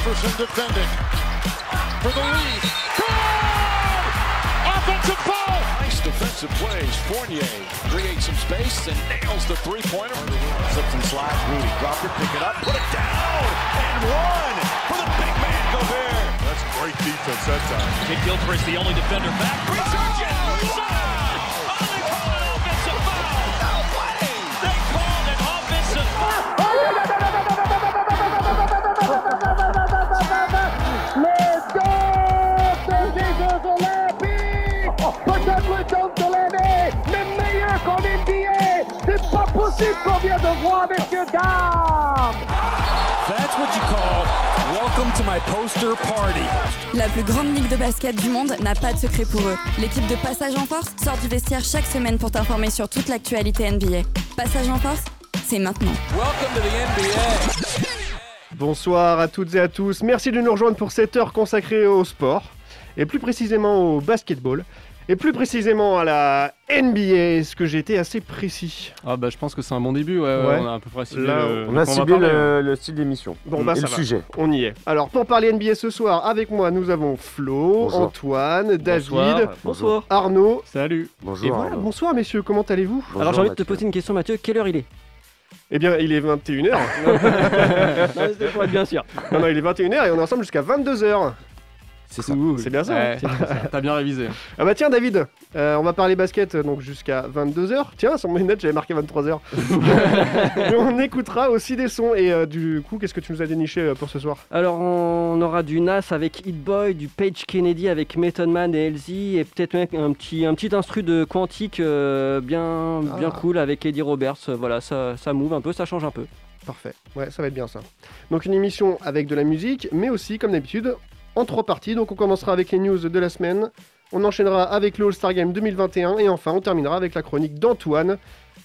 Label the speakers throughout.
Speaker 1: Iverson defending for the lead. Good! Offensive foul! Nice defensive plays. Fournier creates some space and nails the three-pointer. Slips and slides. Rudy dropped it, pick it up, put it down, and one for the big man Gobert.
Speaker 2: That's great defense that time.
Speaker 1: Kid Gilchrist, the only defender back. Resurgent!
Speaker 3: Qu'on vient de voir, messieurs, dames.
Speaker 4: That's what you call welcome to my poster party.
Speaker 5: La plus grande ligue de basket du monde n'a pas de secret pour eux. L'équipe de Passage en Force sort du vestiaire chaque semaine pour t'informer sur toute l'actualité NBA. Passage en Force, c'est maintenant.
Speaker 4: Welcome to the NBA.
Speaker 6: Bonsoir à toutes et à tous. Merci de nous rejoindre pour cette heure consacrée au sport, et plus précisément au basketball. Et plus précisément à la NBA, est-ce que j'ai été assez précis?
Speaker 7: Ah bah je pense que c'est un bon début, ouais. On a à peu près ciblé
Speaker 8: on a ciblé le style d'émission
Speaker 6: bon, bah,
Speaker 8: et
Speaker 6: ça
Speaker 8: le
Speaker 6: va.
Speaker 8: sujet.
Speaker 6: On y est. Alors pour parler NBA ce soir, avec moi nous avons Flo,
Speaker 8: Bonjour.
Speaker 6: Antoine, David,
Speaker 8: Bonsoir.
Speaker 6: Arnaud.
Speaker 7: Salut.
Speaker 8: Bonjour.
Speaker 6: Et voilà, bonsoir messieurs, comment allez-vous?
Speaker 8: Bonjour,
Speaker 9: Alors j'ai envie de te
Speaker 8: Mathieu.
Speaker 9: poser une question Mathieu, quelle heure il est?
Speaker 6: Eh bien il est 21h.
Speaker 9: Non, c'était pour être bien sûr.
Speaker 6: Non, il est 21h et on est ensemble jusqu'à 22h.
Speaker 8: C'est ça.
Speaker 7: Cool.
Speaker 6: C'est bien ça,
Speaker 7: Ouais, t'as bien révisé.
Speaker 6: Ah bah tiens David, on va parler basket donc jusqu'à 22h. Tiens, sur mes notes j'avais marqué 23h. Mais on écoutera aussi des sons et du coup qu'est-ce que tu nous as déniché pour ce soir?
Speaker 9: Alors on aura du Nas avec Hit Boy, du Page Kennedy avec Method Man et LZ et peut-être même un petit instru de Quantique bien cool avec Eddie Roberts. Voilà, ça move un peu, ça change un peu.
Speaker 6: Parfait, ouais ça va être bien ça. Donc une émission avec de la musique mais aussi comme d'habitude en 3 parties. Donc on commencera avec les news de la semaine, on enchaînera avec le All-Star Game 2021 et enfin on terminera avec la chronique d'Antoine.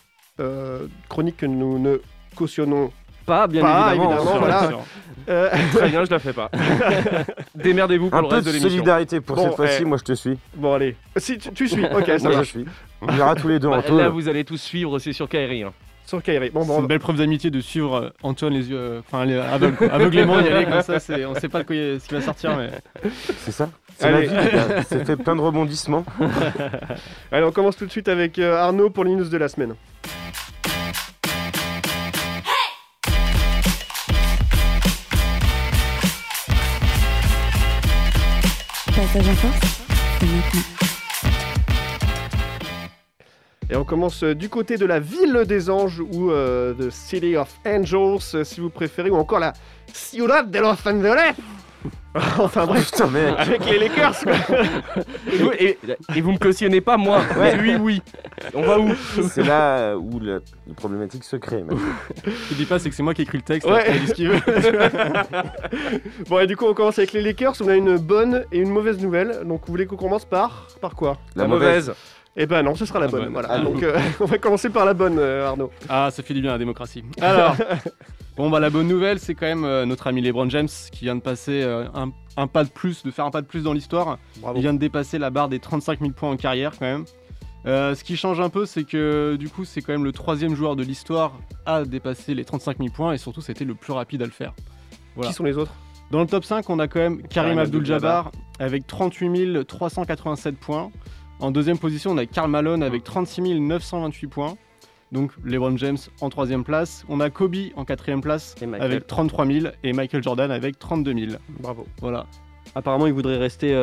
Speaker 6: Chronique que nous ne cautionnons
Speaker 9: Pas, bien
Speaker 6: pas,
Speaker 9: évidemment.
Speaker 6: voilà.
Speaker 10: Très bien, je la fais pas. Démerdez-vous pour
Speaker 8: Un
Speaker 10: le
Speaker 8: peu
Speaker 10: reste
Speaker 8: de
Speaker 10: de l'émission.
Speaker 8: solidarité pour
Speaker 6: Bon,
Speaker 8: cette fois-ci, moi je te suis.
Speaker 6: Bon allez, si tu suis, ok ça
Speaker 8: Moi je
Speaker 6: marche.
Speaker 8: suis. On ira tous les deux en
Speaker 10: Bah,
Speaker 8: taux.
Speaker 10: là, vous allez tous suivre, c'est sur Kairi. Hein.
Speaker 6: Sur Kairi. Bon,
Speaker 7: C'est une belle preuve d'amitié de suivre Antoine les yeux, aveuglément y aller comme ça. On sait pas de quoi ce qui va sortir, mais
Speaker 8: C'est ça. C'est la
Speaker 6: Allez.
Speaker 8: vie, les gars. C'est fait plein de rebondissements.
Speaker 6: Allez, on commence tout de suite avec Arnaud pour les news de la semaine.
Speaker 5: Passage en Force, c'est maintenant.
Speaker 6: Et on commence du côté de la ville des anges ou de City of Angels si vous préférez, ou encore la Ciudad de Los Angeles. Enfin bref,
Speaker 8: Putain, mec.
Speaker 6: avec les Lakers quoi.
Speaker 10: Et vous me cautionnez pas, moi. Mais lui, oui. On va où?
Speaker 8: C'est là où la problématique se crée. Mathieu.
Speaker 7: ce qu'il dit pas, c'est que c'est moi qui ai écrit le texte.
Speaker 6: Ouais.
Speaker 7: Il dit ce qu'il veut.
Speaker 6: Bon et du coup on commence avec les Lakers, on a une bonne et une mauvaise nouvelle. Donc vous voulez qu'on commence par quoi?
Speaker 8: La mauvaise.
Speaker 6: Eh ben non, ce sera la bonne.
Speaker 7: bonne.
Speaker 6: Voilà.
Speaker 8: Ah,
Speaker 6: Donc on va commencer par la bonne Arnaud.
Speaker 7: Ah, ça fait du bien la démocratie. Alors, bon bah la bonne nouvelle, c'est quand même notre ami LeBron James qui vient de passer un pas de plus, de faire un pas de plus dans l'histoire.
Speaker 6: Bravo.
Speaker 7: Il vient de dépasser la barre des 35 000 points en carrière quand même. Ce qui change un peu, c'est que du coup, c'est quand même le 3e joueur de l'histoire à dépasser les 35 000 points et surtout, c'était le plus rapide à le faire. Voilà.
Speaker 6: Qui sont les autres?
Speaker 7: Dans le top 5, on a quand même Karim Abdul-Jabbar avec 38 387 points. En deuxième position, on a Karl Malone avec 36 928 points. Donc LeBron James en 3e place. On a Kobe en 4e place
Speaker 9: Et Michael.
Speaker 7: avec 33 000 et Michael Jordan avec 32 000.
Speaker 6: Bravo.
Speaker 7: Voilà.
Speaker 9: Apparemment il voudrait rester...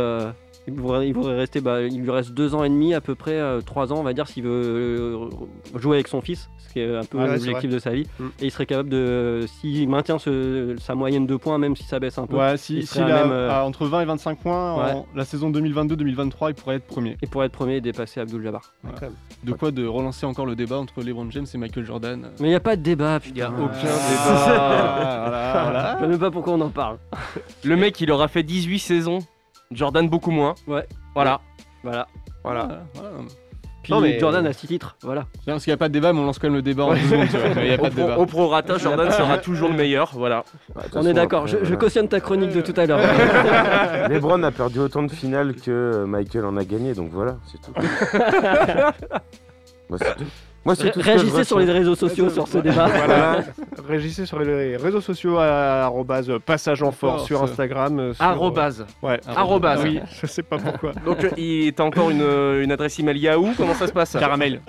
Speaker 9: il lui reste 2 ans et demi à peu près, 3 ans on va dire s'il veut jouer avec son fils, ce qui est un peu
Speaker 6: Ouais, c'est
Speaker 9: l'objectif
Speaker 6: vrai.
Speaker 9: de sa vie.
Speaker 6: Mm.
Speaker 9: Et il serait capable de, s'il maintient sa moyenne de points, même si ça baisse un peu,
Speaker 7: Ouais,
Speaker 9: il
Speaker 7: s'il
Speaker 9: serait
Speaker 7: a
Speaker 9: à même,
Speaker 7: entre 20 et 25 points en la saison 2022-2023, il pourrait être premier.
Speaker 9: et pour être premier et dépasser Abdul-Jabbar.
Speaker 7: De quoi de relancer encore le débat entre LeBron James et Michael Jordan.
Speaker 9: Mais il n'y a pas de débat,
Speaker 10: Il y a
Speaker 9: putain.
Speaker 10: aucun débat.
Speaker 7: Voilà.
Speaker 9: Je sais même pas pourquoi on en parle.
Speaker 10: Le mec, il aura fait 18 saisons. Jordan, beaucoup moins.
Speaker 9: Ouais.
Speaker 10: Voilà.
Speaker 9: Voilà.
Speaker 10: Voilà.
Speaker 7: Voilà.
Speaker 9: Puis
Speaker 6: Non, mais-
Speaker 9: Jordan a 6 titres, voilà.
Speaker 7: Bien, parce qu'il n'y a pas de débat, mais on lance quand même le débat en 2 secondes. Tu vois. Il n'y a pas de débat.
Speaker 10: Au prorata, Jordan sera toujours le meilleur. Voilà.
Speaker 8: Ouais, de toute
Speaker 9: On
Speaker 8: façon,
Speaker 9: est d'accord,
Speaker 8: après,
Speaker 9: je cautionne ta chronique de tout à l'heure.
Speaker 8: LeBron a perdu autant de finales que Michael en a gagné, donc voilà, c'est tout. Bah, c'est tout. Moi, c'est tout ce que je
Speaker 9: Réagissez sur les
Speaker 8: retiens.
Speaker 9: réseaux sociaux sur ce débat.
Speaker 6: Voilà. Réagissez sur les réseaux sociaux à @passage en force sur Instagram.
Speaker 10: Arrobase.
Speaker 6: Ouais.
Speaker 10: Arrobase.
Speaker 6: Oui, je sais pas pourquoi.
Speaker 10: Donc, t'as encore une adresse email Yahoo. Comment ça se passe?
Speaker 4: Caramel.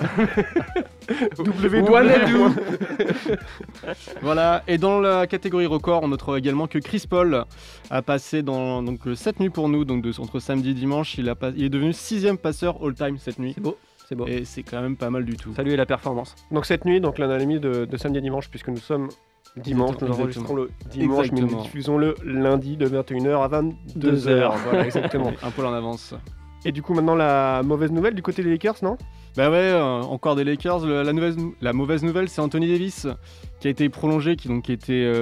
Speaker 10: Wanadoo.
Speaker 7: Voilà, et dans la catégorie record, on notera également que Chris Paul a passé donc, cette nuit pour nous, donc entre samedi et dimanche, il est devenu 6e passeur all-time cette nuit.
Speaker 9: C'est beau. C'est beau.
Speaker 7: Et c'est quand même pas mal du tout.
Speaker 9: Saluer la performance.
Speaker 6: Donc cette nuit, donc l'analyse de samedi à dimanche, puisque nous sommes dimanche, nous enregistrons le dimanche, mais nous diffusons le lundi de 21h à 22h. Voilà, exactement.
Speaker 7: Un peu en avance.
Speaker 6: Et du coup, maintenant, la mauvaise nouvelle du côté des Lakers, non?
Speaker 7: Bah ouais, encore des Lakers. La mauvaise nouvelle, c'est Anthony Davis qui a été prolongé, qui a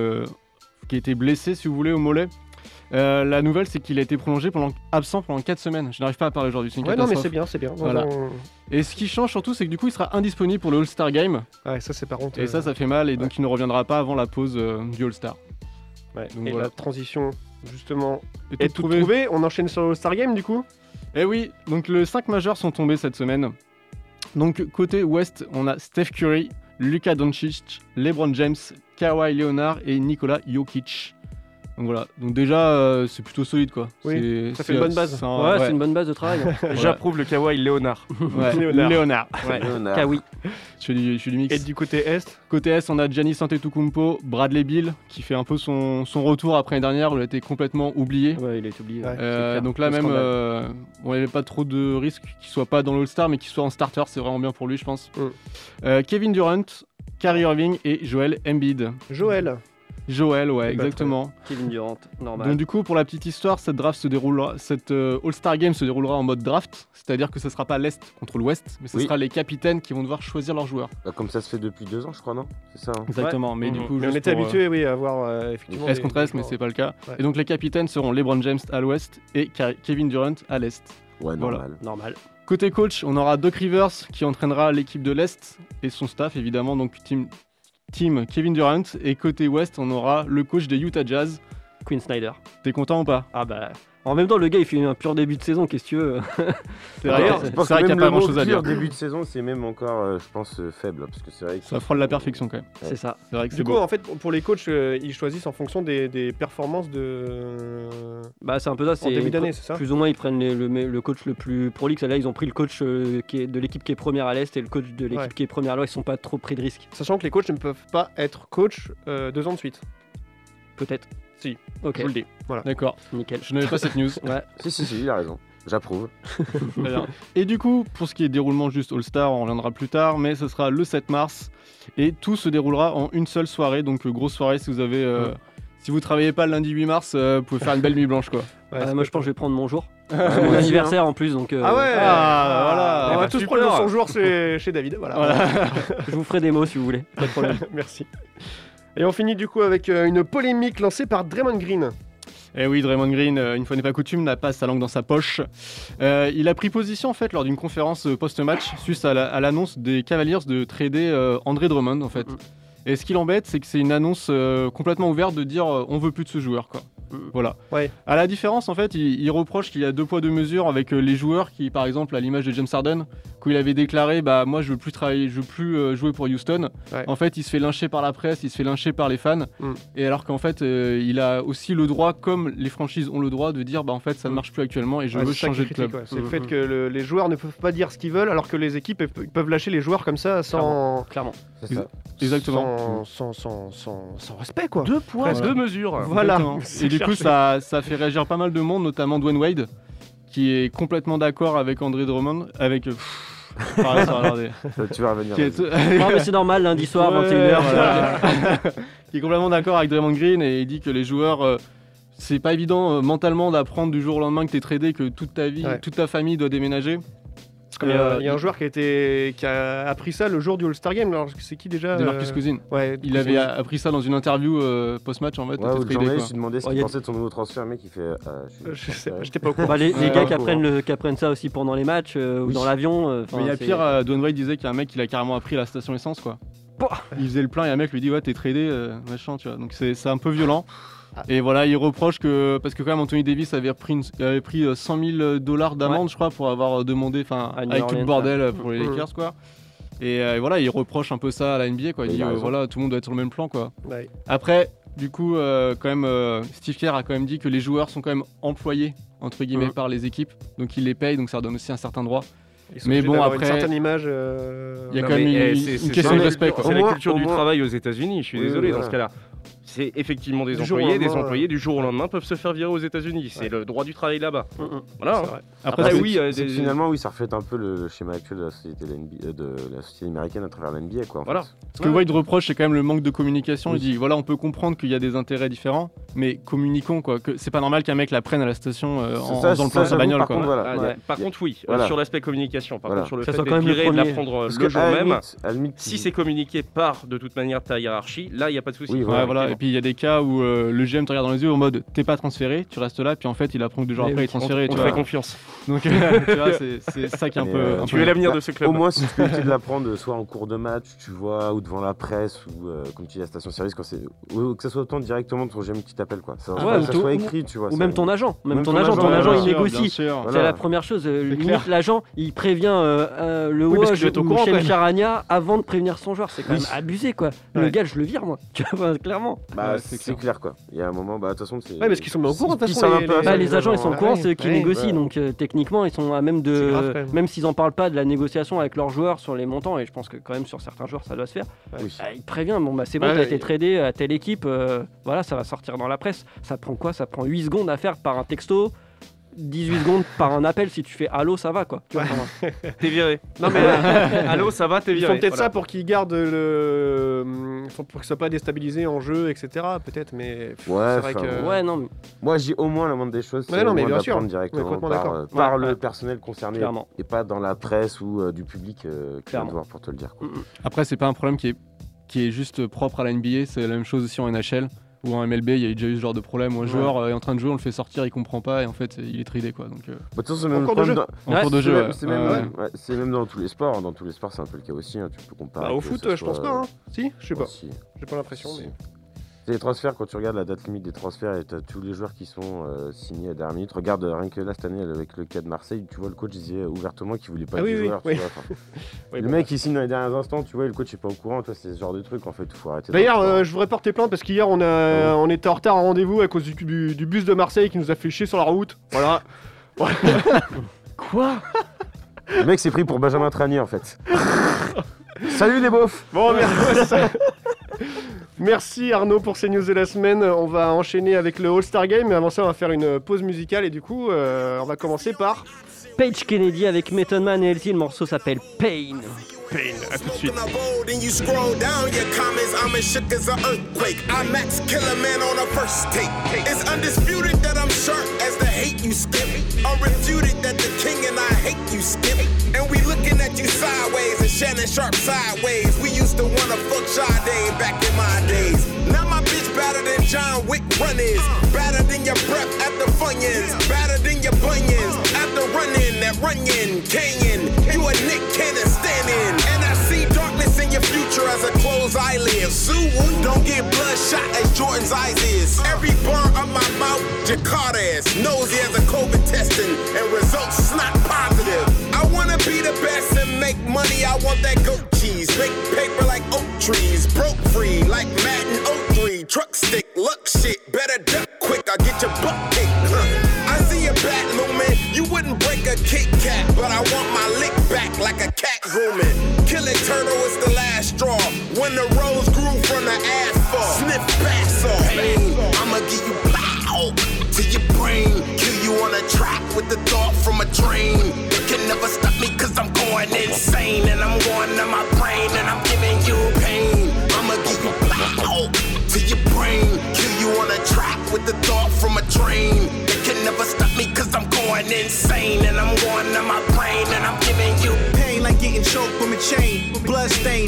Speaker 7: été blessé, si vous voulez, au mollet. La nouvelle, c'est qu'il a été prolongé absent pendant 4 semaines. Je n'arrive pas à parler aujourd'hui, c'est une catastrophe.
Speaker 6: Non, mais c'est bien.
Speaker 7: Voilà. Et ce qui change surtout, c'est que du coup, il sera indisponible pour le All-Star Game.
Speaker 6: Ouais, ça, c'est par contre.
Speaker 7: Et ça fait mal, et donc il ne reviendra pas avant la pause du All-Star.
Speaker 6: Ouais.
Speaker 7: Donc,
Speaker 6: et
Speaker 7: voilà.
Speaker 6: la transition, justement,
Speaker 7: Et
Speaker 6: est toute trouvée. On enchaîne sur le All-Star Game, du coup.
Speaker 7: Eh oui, donc les 5 majeurs sont tombés cette semaine. Donc côté Ouest, on a Steph Curry, Luka Doncic, LeBron James, Kawhi Leonard et Nikola Jokic. Donc voilà, donc déjà c'est plutôt solide quoi.
Speaker 6: Oui, ça fait une bonne base.
Speaker 9: C'est une bonne base de travail.
Speaker 10: J'approuve le Kawhi Leonard.
Speaker 7: Ouais, Léonard.
Speaker 10: Ouais.
Speaker 9: Kawhi.
Speaker 7: Je suis du mix.
Speaker 6: Et du côté Est?
Speaker 7: Côté Est, on a Giannis Antetokounmpo, Bradley Beal qui fait un peu son retour après l'année dernière où il a été complètement oublié.
Speaker 9: Ouais, il est oublié.
Speaker 7: Donc là même, il n'y avait pas trop de risque qu'il soit pas dans l'All-Star mais qu'il soit en starter, c'est vraiment bien pour lui je pense. Kevin Durant, Kyrie Irving et Joel Embiid. Joël, ouais, exactement.
Speaker 9: Kevin Durant, normal.
Speaker 7: Donc du coup, pour la petite histoire, cette All-Star Game se déroulera en mode draft, c'est-à-dire que ce ne sera pas l'Est contre l'Ouest, mais ce sera les capitaines qui vont devoir choisir leurs joueurs.
Speaker 8: Bah, comme ça se fait depuis 2 ans, je crois, non? C'est ça.
Speaker 7: Exactement, mais du coup,
Speaker 6: on était habitué, à avoir effectivement.
Speaker 7: Est contre Est, mais c'est pas le cas. Ouais. Et donc les capitaines seront LeBron James à l'Ouest et Kevin Durant à l'Est.
Speaker 8: Ouais,
Speaker 9: normal.
Speaker 7: Côté coach, on aura Doc Rivers qui entraînera l'équipe de l'Est et son staff évidemment, donc Team Kevin Durant, et côté Ouest on aura le coach des Utah Jazz,
Speaker 9: Quinn Snyder.
Speaker 7: T'es content ou pas?
Speaker 9: Ah bah en même temps le gars il fait un pur début de saison, qu'est-ce que tu veux?
Speaker 7: C'est vrai qu'il n'y a pas grand chose à dire.
Speaker 8: Début de saison c'est même encore je pense faible parce que c'est vrai que
Speaker 7: ça frôle la perfection quand même.
Speaker 9: C'est ça.
Speaker 7: C'est vrai que
Speaker 6: du coup en fait pour les coachs ils choisissent en fonction des performances de.
Speaker 9: Bah c'est un peu ça, c'est
Speaker 6: début d'année, c'est ça.
Speaker 9: Plus ou moins ils prennent le coach le plus prolixe. Là ils ont pris le coach qui est de l'équipe qui est première à l'Est et le coach de l'équipe qui est première à l'Ouest, ils sont pas trop pris de risques.
Speaker 6: Sachant que les coachs ne peuvent pas être coach 2 ans de suite.
Speaker 9: Peut-être.
Speaker 6: Si,
Speaker 9: ok.
Speaker 6: Je vous le dis. Voilà.
Speaker 7: D'accord.
Speaker 9: Nickel.
Speaker 7: Je n'avais pas cette news.
Speaker 9: Ouais.
Speaker 8: Si, il a raison. J'approuve.
Speaker 7: Très bien. Et du coup, pour ce qui est déroulement juste All-Star, on reviendra plus tard, mais ce sera le 7 mars. Et tout se déroulera en une seule soirée. Donc, grosse soirée si vous avez. Si vous travaillez pas le lundi 8 mars, vous pouvez faire une belle nuit blanche quoi.
Speaker 9: Ouais, moi je pense que je vais prendre mon jour. C'est mon anniversaire en plus donc.
Speaker 6: Ah ouais.
Speaker 7: Voilà.
Speaker 6: On va tous prendre son jour chez David. Voilà.
Speaker 9: Je vous ferai des mots si vous voulez. Pas de problème.
Speaker 6: Merci. Et on finit du coup avec une polémique lancée par Draymond Green.
Speaker 7: Eh oui, Draymond Green, une fois n'est pas coutume, n'a pas sa langue dans sa poche. Il a pris position en fait lors d'une conférence post-match suite à l'annonce des Cavaliers de trader André Drummond en fait. Et ce qui l'embête, c'est que c'est une annonce complètement ouverte de dire on veut plus de ce joueur quoi. Voilà.
Speaker 6: Ouais.
Speaker 7: À la différence, en fait, il reproche qu'il y a 2 poids 2 mesures avec les joueurs qui, par exemple, à l'image de James Harden, quand il avait déclaré bah moi je veux plus jouer pour Houston. Ouais. En fait, il se fait lyncher par la presse, il se fait lyncher par les fans. Et alors qu'en fait, il a aussi le droit, comme les franchises ont le droit, de dire bah en fait ça ne marche plus actuellement et je veux changer de club.
Speaker 6: C'est le fait que les joueurs ne peuvent pas dire ce qu'ils veulent, alors que les équipes peuvent lâcher les joueurs comme ça sans.
Speaker 9: Clairement.
Speaker 8: C'est ça.
Speaker 7: Exactement.
Speaker 6: Sans respect quoi.
Speaker 10: 2 poids, 2 mesures.
Speaker 6: Voilà.
Speaker 7: Et du coup, ça fait réagir pas mal de monde, notamment Dwayne Wade, qui est complètement d'accord avec André Drummond, avec.
Speaker 8: Tu vas revenir.
Speaker 9: Non, mais c'est normal, lundi soir, 21h.
Speaker 7: Voilà. Qui est complètement d'accord avec Draymond Green et il dit que les joueurs. C'est pas évident mentalement d'apprendre du jour au lendemain que t'es tradé, que toute ta vie, toute ta famille doit déménager.
Speaker 6: Il y a un joueur qui a appris ça le jour du All-Star Game. Alors, c'est qui déjà
Speaker 7: Marcus Cousins.
Speaker 6: Ouais,
Speaker 7: il avait appris ça dans une interview post-match en fait.
Speaker 8: Ouais, où Jean-Marie s'est demandé ce qu'il pensait de son nouveau transfert. Le mec, il fait.
Speaker 6: Je sais pas, j'étais pas au courant.
Speaker 9: Les gars qui apprennent ça aussi pendant les matchs ou dans l'avion.
Speaker 7: Mais il y a pire, Dwayne Wade disait qu'il y a un mec qui l'a carrément appris à la station essence quoi. Il faisait le plein et un mec lui dit ouais t'es tradé machin tu vois. Donc c'est un peu violent. Et voilà, il reproche que parce que quand même Anthony Davis avait pris $100 000 d'amende je crois pour avoir demandé avec tout le bordel pour les Lakers quoi. Et voilà, il reproche un peu ça à la NBA, quoi. Il dit voilà, tout le monde doit être sur le même plan, quoi. Ouais. Après, du coup, quand même, Steve Kerr a quand même dit que les joueurs sont quand même employés entre guillemets par les équipes, donc ils les payent, donc ça leur donne aussi un certain droit. Mais bon, après,
Speaker 6: une certaine image.
Speaker 7: Il y a quand même une question de respect.
Speaker 10: C'est la culture du travail aux États-Unis. Je suis désolé dans ce cas-là. C'est effectivement des employés du jour au lendemain peuvent se faire virer aux États-Unis. C'est le droit du travail là-bas. Voilà.
Speaker 8: Après, oui, finalement, oui, ça reflète un peu le schéma actuel de la société américaine à travers la NBA, quoi.
Speaker 7: Voilà. Ce que White reproche, c'est quand même le manque de communication. Il dit voilà, on peut comprendre qu'il y a des intérêts différents, mais communiquons, quoi. Que c'est pas normal qu'un mec la prenne à la station en faisant le plein de sa bagnole, quoi.
Speaker 10: Par contre, oui, sur l'aspect communication. Par contre, sur le fait de virer et de la prendre le jour même, si c'est communiqué par de toute manière ta hiérarchie, là, il y a pas de souci.
Speaker 7: Voilà. Et puis il y a des cas où le GM te regarde dans les yeux en mode t'es pas transféré, tu restes là, puis en fait il apprend que 2 jours après il est transféré.
Speaker 10: On te fait confiance.
Speaker 7: Donc tu vois, c'est ça qui est un peu.
Speaker 10: Tu es l'avenir de ce club.
Speaker 8: Au moins, si tu peux essayer de l'apprendre, soit en cours de match, tu vois, ou devant la presse, ou comme tu dis, la station-service, ou que ça soit autant directement ton GM qui t'appelle, quoi. Ça soit écrit, tu vois.
Speaker 9: Ou même ton agent. Ton agent, il négocie. C'est la première chose. Limite, l'agent, il prévient le Woj ou Michel Charania avant de prévenir son joueur. C'est quand même abusé, quoi. Le gars, je le vire, moi. Tu vois, clairement.
Speaker 8: C'est clair, quoi. Il y a un moment, de toute façon, c'est.
Speaker 6: Ouais, parce qu'ils sont mis au courant, de toute façon.
Speaker 9: Les agents, ils sont au courant, c'est eux qui négocient. Donc, techniquement, ils sont à même de. Même s'ils en parlent pas de la négociation avec leurs joueurs sur les montants, et je pense que quand même sur certains joueurs, ça doit se faire. Ils préviennent, c'est bon, t'as été tradé à telle équipe, voilà, ça va sortir dans la presse. Ça prend quoi ? Ça prend 8 secondes à faire par un texto. 18 secondes par un appel, si tu fais allô, ça va, quoi.
Speaker 10: T'es viré. Non mais allô, ça va, t'es viré.
Speaker 6: Ils font peut-être ça pour qu'ils gardent pour que ça soit pas déstabilisé en jeu, etc. Peut-être, mais c'est vrai que.
Speaker 9: Ouais, non. Mais...
Speaker 8: Moi, j'ai au moins la moindre des choses.
Speaker 6: C'est au moins d'apprendre
Speaker 8: directement par le personnel concerné, et pas dans la presse ou du public qui va devoir pour te le dire, quoi.
Speaker 7: Après, c'est pas un problème qui est juste propre à la NBA. C'est la même chose aussi en NHL. Ou en MLB, il y a déjà eu ce genre de problème où un joueur est en train de jouer, on le fait sortir, il comprend pas et en fait il est tradé, quoi. Donc,
Speaker 8: c'est même en cours
Speaker 7: de jeu.
Speaker 8: C'est même dans tous les sports. Dans tous les sports, c'est un peu le cas aussi. Tu peux comparer.
Speaker 6: Au foot, je pense pas. Si, je sais pas. J'ai pas l'impression. Mais...
Speaker 8: C'est les transferts, quand tu regardes la date limite des transferts et t'as tous les joueurs qui sont signés à dernière minute. Regarde rien que là cette année avec le cas de Marseille, tu vois le coach disait ouvertement qu'il voulait pas de joueurs. Le mec il signe dans les derniers instants, tu vois, le coach est pas au courant, toi c'est ce genre de truc en fait, il faut arrêter.
Speaker 6: D'ailleurs, je voudrais porter plainte parce qu'hier on était en retard à rendez-vous à cause du bus de Marseille qui nous a fait chier sur la route. Voilà.
Speaker 9: Quoi ?
Speaker 8: Le mec s'est pris pour Benjamin Tranier en fait. Salut les beaufs.
Speaker 6: Bon, merci. Merci Arnaud pour ces news de la semaine. On va enchaîner avec le All-Star Game, mais avant ça on va faire une pause musicale et du coup on va commencer par
Speaker 9: Page Kennedy avec Method Man et LT. Le morceau s'appelle Pain.
Speaker 6: À tout de suite.
Speaker 11: And you scroll down your comments, I'm as shook as an earthquake. I max Killer Man on a first take. It's undisputed that I'm sharp as the hate you skip. Unrefuted that the king and I hate you skip. And we looking at you sideways and Shannon Sharp sideways. We used to wanna fuck Sade back in my days. Now my bitch better than John Wick run is. Better than your breath at the Funyuns. Better than your bunions at the run-in, that Runyon Canyon. You a Nick Cannon standing. And I see darkness in your future as a closed eyelid. Sue, don't get bloodshot as Jordan's eyes is. Every bar of my mouth, Jakarta ass. Nosy as a COVID testing and results is not positive. I wanna be the best and make money. I want that goat cheese. Make paper like oak trees. Broke free like Madden 03. Truck stick, luck shit. Better duck quick, I'll get your butt kicked. I see a bat looming. You wouldn't break a Kit Kat, but I want my lick back like a cat grooming. Kill it, turtle is the last straw. When the rose grew from the asphalt. Sniff bass off. I'ma give you pow to your brain. Kill you on a track with the thought from a drain. They can never stop me cause I'm going insane. And I'm going to my brain and I'm giving you pain. I'ma give you pow to your brain. Kill you on a track with the thought from a drain. They can never stop me cause I'm going insane. And I'm going to my brain and I'm giving you pain like getting choked from a chain. Blood stain,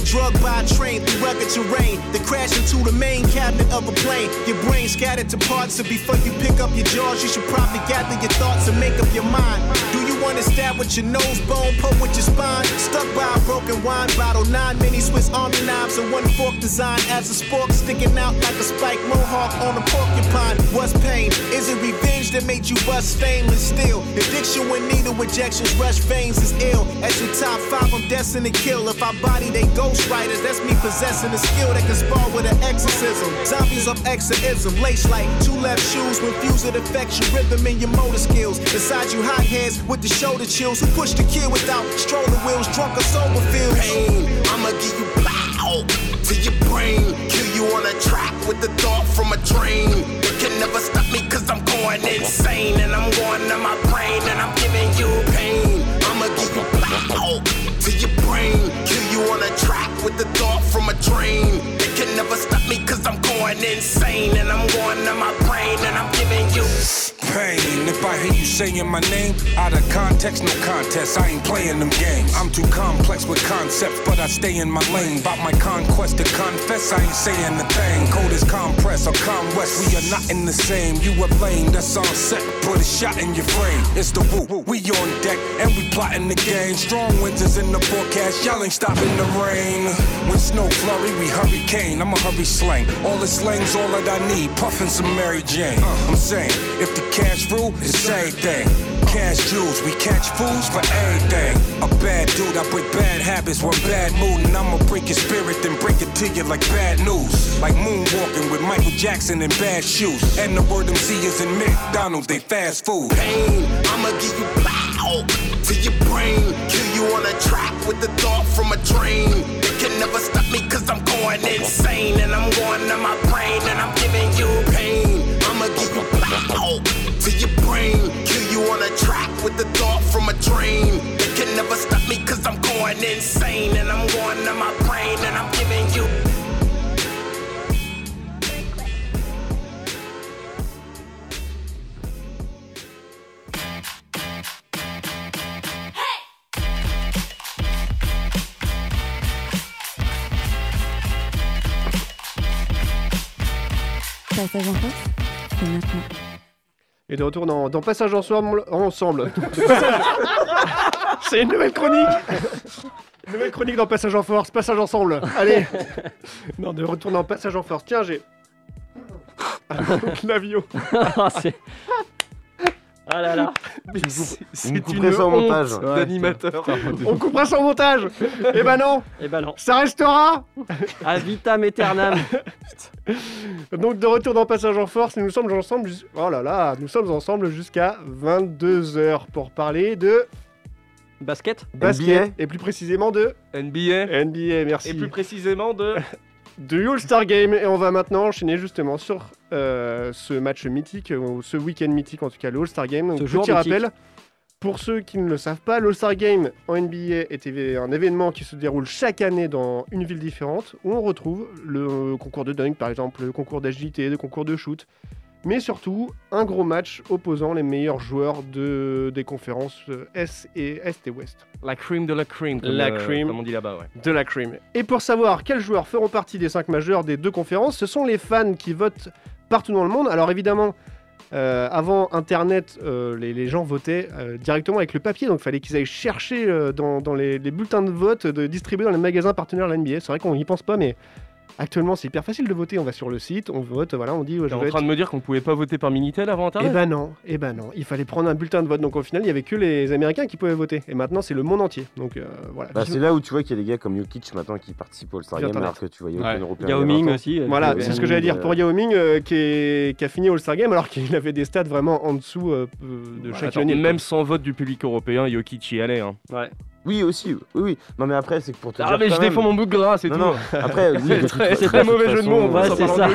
Speaker 12: drugged by a train through rugged terrain, then crash into the main cabinet of a plane. Your brain scattered to parts, so before you pick up your jaws, you should probably gather your thoughts and make up your mind. Do you want to stab with your nose bone, poke with your spine? Stuck by a broken wine bottle, 9 mini Swiss Army knives and 1 fork design as a spork sticking out like a spiked mohawk on a porcupine. What's pain? Is it revenge that made you bust stainless steel? Addiction when needle injections rush veins is ill. At your top 5, I'm destined to kill. If I body they ghostwriters, that's me possessing a skill that can spar with an exorcism. Zombies of exorcism, lace like 2 left shoes when fuse it affects your rhythm and your motor skills. Beside you hotheads with the shoulder chills who push the kid without stroller wheels, drunk or sober feels. Pain, I'ma give you pow to your brain. Kill you on a track with the thought from a drain. They can never stop me cause I'm going insane. And I'm going to my brain and I'm giving you pain. I'ma give you pow to your brain. Kill you on a track with the thought from a drain. They can never stop me cause I'm going insane. And I'm going to my brain and I'm giving you
Speaker 13: pain. If I hear you saying my name out of context, no contest, I ain't playing them games. I'm too complex with concepts, but I stay in my lane. About my conquest to confess, I ain't saying a thing. Cold as compress or West, we are not in the same. You a lame, that's on set, put a shot in your frame. It's the woo, we on deck and we plotting the game. Strong winds is in the forecast, y'all ain't stopping the rain. When snow flurry, we hurricane, I'm a hurry slang. All the slang's all that I need, puffin' some Mary Jane. I'm saying, if the cash rule, it's everything. Cash jewels, we catch fools for everything. A bad dude, I break bad habits, one bad mood, and I'ma break your spirit, then break it to you like bad news. Like moonwalking with Michael Jackson in bad shoes. And the word MC is in McDonald's, they fast food.
Speaker 12: Pain, I'ma give you pow to your brain. Kill you on a track with the thought from a drain. They can never stop me cause I'm going insane. And I'm going to my brain and I'm giving you pain. I'ma give you pow to your brain. Kill you on a track with the thought from a drain. They can never stop me cause I'm going insane. And I'm going to my brain and I'm giving you.
Speaker 5: Passage en force, c'est maintenant.
Speaker 6: Et de retour dans Passage ensemble. C'est une nouvelle chronique. Une nouvelle chronique dans Passage en force, Passage ensemble. Allez. Non, de retour dans Passage en force. Tiens, j'ai l'avion.
Speaker 9: Ah là là.
Speaker 8: C'est une montage
Speaker 10: d'animateur.
Speaker 6: On coupera sans montage. Eh ben non. Ça restera.
Speaker 9: A vitam aeternam.
Speaker 6: Donc de retour dans Passage en force, nous sommes ensemble. Oh là là, nous sommes ensemble jusqu'à 22h pour parler de
Speaker 9: basket.
Speaker 6: NBA. Et plus précisément de
Speaker 10: NBA,
Speaker 6: merci.
Speaker 10: Et plus précisément de
Speaker 6: All-Star Game. Et on va maintenant enchaîner justement sur ce match mythique, ou ce week-end mythique en tout cas, le All-Star Game. Donc, petit rappel, pour ceux qui ne le savent pas, l'All-Star Game en NBA est un événement qui se déroule chaque année dans une ville différente, où on retrouve le concours de dunk par exemple, le concours d'agilité, le concours de shoot, mais surtout un gros match opposant les meilleurs joueurs des conférences Est et Ouest.
Speaker 10: La cream de la cream, comme on dit là-bas. Ouais.
Speaker 6: De la cream. Et pour savoir quels joueurs feront partie des 5 majeurs des 2 conférences, ce sont les fans qui votent partout dans le monde. Alors évidemment, avant Internet, les gens votaient directement avec le papier, donc il fallait qu'ils aillent chercher dans les bulletins de vote distribués dans les magasins partenaires de la NBA. C'est vrai qu'on n'y pense pas, mais actuellement, c'est hyper facile de voter. On va sur le site, on vote, voilà, on dit...
Speaker 10: T'es en train de me dire qu'on pouvait pas voter par Minitel avant Internet ?
Speaker 6: Eh ben non. Il fallait prendre un bulletin de vote. Donc au final, il y avait que les Américains qui pouvaient voter. Et maintenant, c'est le monde entier. Donc voilà.
Speaker 8: Bah, c'est là où tu vois qu'il y a des gars comme Jokic maintenant qui participent au All-Star Game, alors que tu voyais aucun Européen.
Speaker 9: Yao Ming aussi.
Speaker 6: Voilà, c'est ce que j'allais dire. Pour Yao Ming, qui a fini All-Star Game, alors qu'il avait des stats vraiment en dessous de chaque année.
Speaker 10: Même sans vote du public européen, Jokic y allait. Hein.
Speaker 9: Ouais.
Speaker 8: Oui, aussi, oui. Non, mais après, c'est que pour te dire.
Speaker 10: Mais je défends mon bout de gras, c'est tout.
Speaker 8: Non, après, oui,
Speaker 10: c'est très mauvais jeu de mots,
Speaker 9: c'est ça.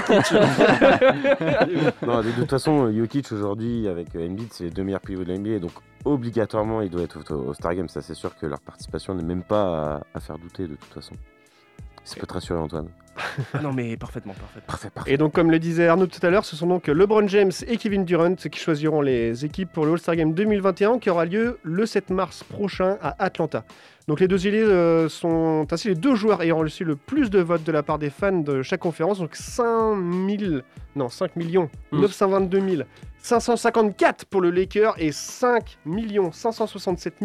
Speaker 8: Non, de toute façon, Jokic aujourd'hui, avec Embiid, c'est les 2 meilleurs pivots de la NBA, donc obligatoirement, il doit être au Star Game. Ça, c'est sûr que leur participation n'est même pas à faire douter, de toute façon. Ça peut te rassurer, Antoine.
Speaker 10: Non, mais parfaitement.
Speaker 8: Parfait.
Speaker 6: Et donc, comme le disait Arnaud tout à l'heure, ce sont donc LeBron James et Kevin Durant qui choisiront les équipes pour le All-Star Game 2021 qui aura lieu le 7 mars prochain à Atlanta. Donc les deux ailiers sont ainsi les deux joueurs ayant reçu le plus de votes de la part des fans de chaque conférence. Donc 5 922 554 pour le Lakers et 5 567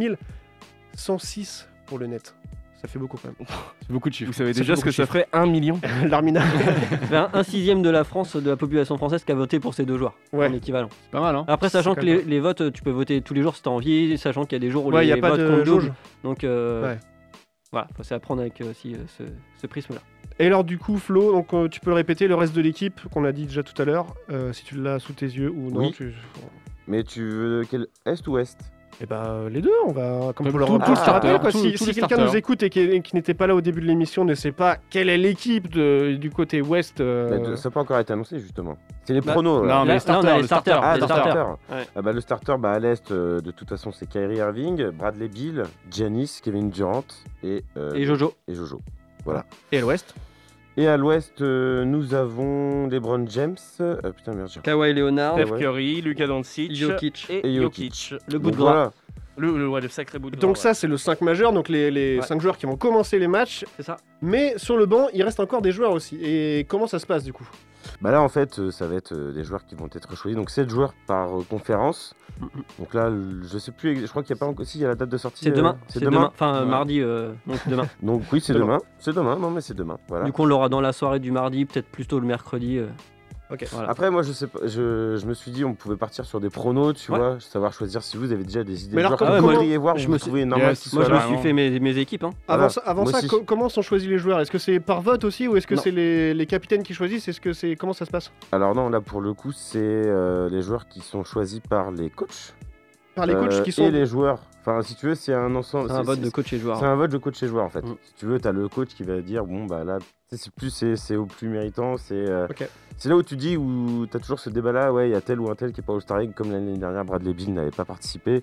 Speaker 6: 106 pour le Net. Ça fait beaucoup quand même.
Speaker 7: C'est beaucoup de chiffres.
Speaker 10: Vous savez déjà ce que ça ferait 1 million
Speaker 6: L'Armina.
Speaker 9: Un sixième de la France, de la population française qui a voté pour ces deux joueurs. En équivalent.
Speaker 7: C'est pas mal, hein.
Speaker 9: Après, sachant que les votes, tu peux voter tous les jours si t'as envie, sachant qu'il y a des jours où
Speaker 6: y
Speaker 9: les
Speaker 6: a pas
Speaker 9: votes
Speaker 6: de
Speaker 9: comptent
Speaker 6: jauge.
Speaker 9: double. Donc voilà, c'est à prendre avec aussi ce prisme-là.
Speaker 6: Et alors du coup, Flo, donc, tu peux le répéter, le reste de l'équipe qu'on a dit déjà tout à l'heure, si tu l'as sous tes yeux ou non.
Speaker 8: Oui. Mais tu veux quel Est ou Ouest?
Speaker 6: Eh ben les deux, on va comme pour le
Speaker 7: tout le
Speaker 6: starter, quoi.
Speaker 7: tout-
Speaker 6: Si
Speaker 7: tous les
Speaker 6: quelqu'un
Speaker 7: starters.
Speaker 6: nous écoute et qui n'était pas là au début de l'émission, ne sait pas quelle est l'équipe du côté ouest.
Speaker 8: Ça n'a pas encore été annoncé justement. C'est les pronos.
Speaker 7: Non, mais les starters.
Speaker 8: Ah,
Speaker 7: les
Speaker 8: les
Speaker 7: starters.
Speaker 8: starters.
Speaker 9: Ouais.
Speaker 8: Ah bah, le starter à l'Est, de toute façon, c'est Kyrie Irving, Bradley Beal, Giannis, Kevin Durant et
Speaker 9: Jojo.
Speaker 8: Voilà.
Speaker 6: Et à l'ouest?
Speaker 8: Et à l'Ouest, nous avons LeBron James. Putain, merde.
Speaker 9: Kawhi Leonard.
Speaker 10: Steph Curry, Luka Doncic
Speaker 9: Jokic.
Speaker 10: et Jokic.
Speaker 9: Le bout
Speaker 8: Donc
Speaker 9: de gras.
Speaker 8: voilà.
Speaker 10: Le sacré bout de
Speaker 6: Donc
Speaker 10: gras,
Speaker 6: ça, c'est le 5 majeur, donc les 5 joueurs qui vont commencer les matchs.
Speaker 9: C'est ça.
Speaker 6: Mais sur le banc, il reste encore des joueurs aussi. Et comment ça se passe du coup?
Speaker 8: Bah là, en fait, ça va être des joueurs qui vont être choisis. Donc 7 joueurs par conférence. Donc là, je sais plus, je crois qu'il n'y a pas encore. Si, il y a la date de sortie.
Speaker 9: C'est demain.
Speaker 8: C'est demain.
Speaker 9: Enfin, mardi. Donc demain.
Speaker 8: Donc oui, c'est demain. C'est demain. Non, mais c'est demain. Voilà.
Speaker 9: Du coup, on l'aura dans la soirée du mardi, peut-être plutôt le mercredi.
Speaker 6: Ok.
Speaker 9: Voilà.
Speaker 8: Après, moi, je sais pas. Je me suis dit, on pouvait partir sur des pronos, tu vois, savoir choisir si vous avez déjà des idées
Speaker 6: Mais
Speaker 8: de
Speaker 6: alors,
Speaker 8: joueurs que
Speaker 6: comment-
Speaker 8: vous voudriez voir,
Speaker 9: je
Speaker 8: vous
Speaker 9: me
Speaker 8: trouvez normal
Speaker 7: Yes.
Speaker 8: qu'ils
Speaker 9: Moi,
Speaker 8: soient
Speaker 9: je me
Speaker 8: là.
Speaker 9: suis fait mes équipes. Hein.
Speaker 6: Avant
Speaker 8: Moi
Speaker 6: ça,
Speaker 8: aussi.
Speaker 6: comment sont choisis les joueurs? Est-ce que c'est par vote aussi ou est-ce que c'est les capitaines qui choisissent? Comment ça se passe?
Speaker 8: Alors non, là pour le coup, c'est les joueurs qui sont choisis par les coachs.
Speaker 6: Par les coachs qui sont.
Speaker 8: Et les joueurs. Enfin, si tu veux, c'est un ensemble.
Speaker 9: C'est un vote de coach et joueur.
Speaker 8: C'est un vote de coach et joueur en fait.
Speaker 9: Mm.
Speaker 8: Si tu veux, t'as le coach qui va dire bon bah là, c'est au plus méritant,
Speaker 6: Ok.
Speaker 8: c'est là où tu dis où t'as toujours ce débat là, ouais, il y a tel ou un tel qui est pas All-Star League comme l'année dernière, Bradley Beal n'avait pas participé.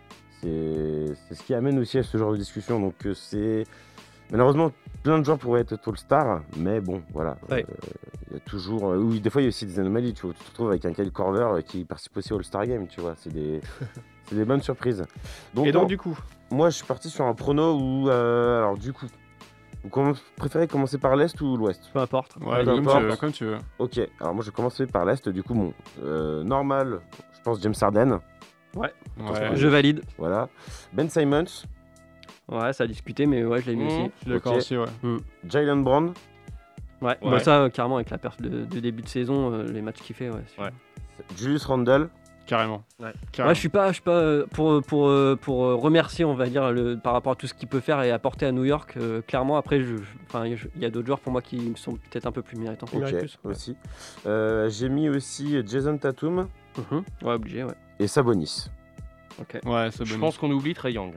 Speaker 8: C'est ce qui amène aussi à ce genre de discussion. Donc c'est malheureusement plein de joueurs pourraient être All-Star, mais bon voilà.
Speaker 6: Ouais.
Speaker 8: Il y a toujours, oui, des fois il y a aussi des anomalies. Tu vois, tu te retrouves avec un Kyle Korver qui participe aussi au All-Star Game, tu vois. C'est des bonnes surprises.
Speaker 6: Et donc du coup,
Speaker 8: moi, je suis parti sur un prono où, alors du coup, vous préférez commencer par l'Est ou l'Ouest?
Speaker 9: Peu importe.
Speaker 7: Ouais, comme tu veux.
Speaker 8: Ok, alors moi, je vais commencer par l'Est. Du coup, normal, je pense James Harden.
Speaker 7: Ouais.
Speaker 9: Je valide.
Speaker 8: Voilà. Ben Simmons,
Speaker 9: Ouais, ça a discuté, mais ouais, je l'ai mis aussi.
Speaker 7: Je suis d'accord
Speaker 8: Ok.
Speaker 7: aussi, ouais.
Speaker 8: Jalen Brown,
Speaker 9: Ouais,
Speaker 10: Ouais.
Speaker 9: Bah ça, carrément, avec la perf de début de saison, les matchs qu'il fait, ouais.
Speaker 10: Ouais.
Speaker 8: Julius Randle,
Speaker 7: Carrément.
Speaker 10: Ouais.
Speaker 9: Ouais, je suis pas pour remercier, on va dire, par rapport à tout ce qu'il peut faire et apporter à New York. Clairement, après, il y a d'autres joueurs pour moi qui me sont peut-être un peu plus méritants.
Speaker 6: Il mérite
Speaker 8: ok,
Speaker 6: plus.
Speaker 8: aussi. J'ai mis aussi Jason Tatum
Speaker 9: Ouais, obligé, ouais.
Speaker 8: et Sabonis.
Speaker 7: Ouais, c'est
Speaker 10: Je
Speaker 7: bon.
Speaker 10: pense qu'on oublie Trae Young.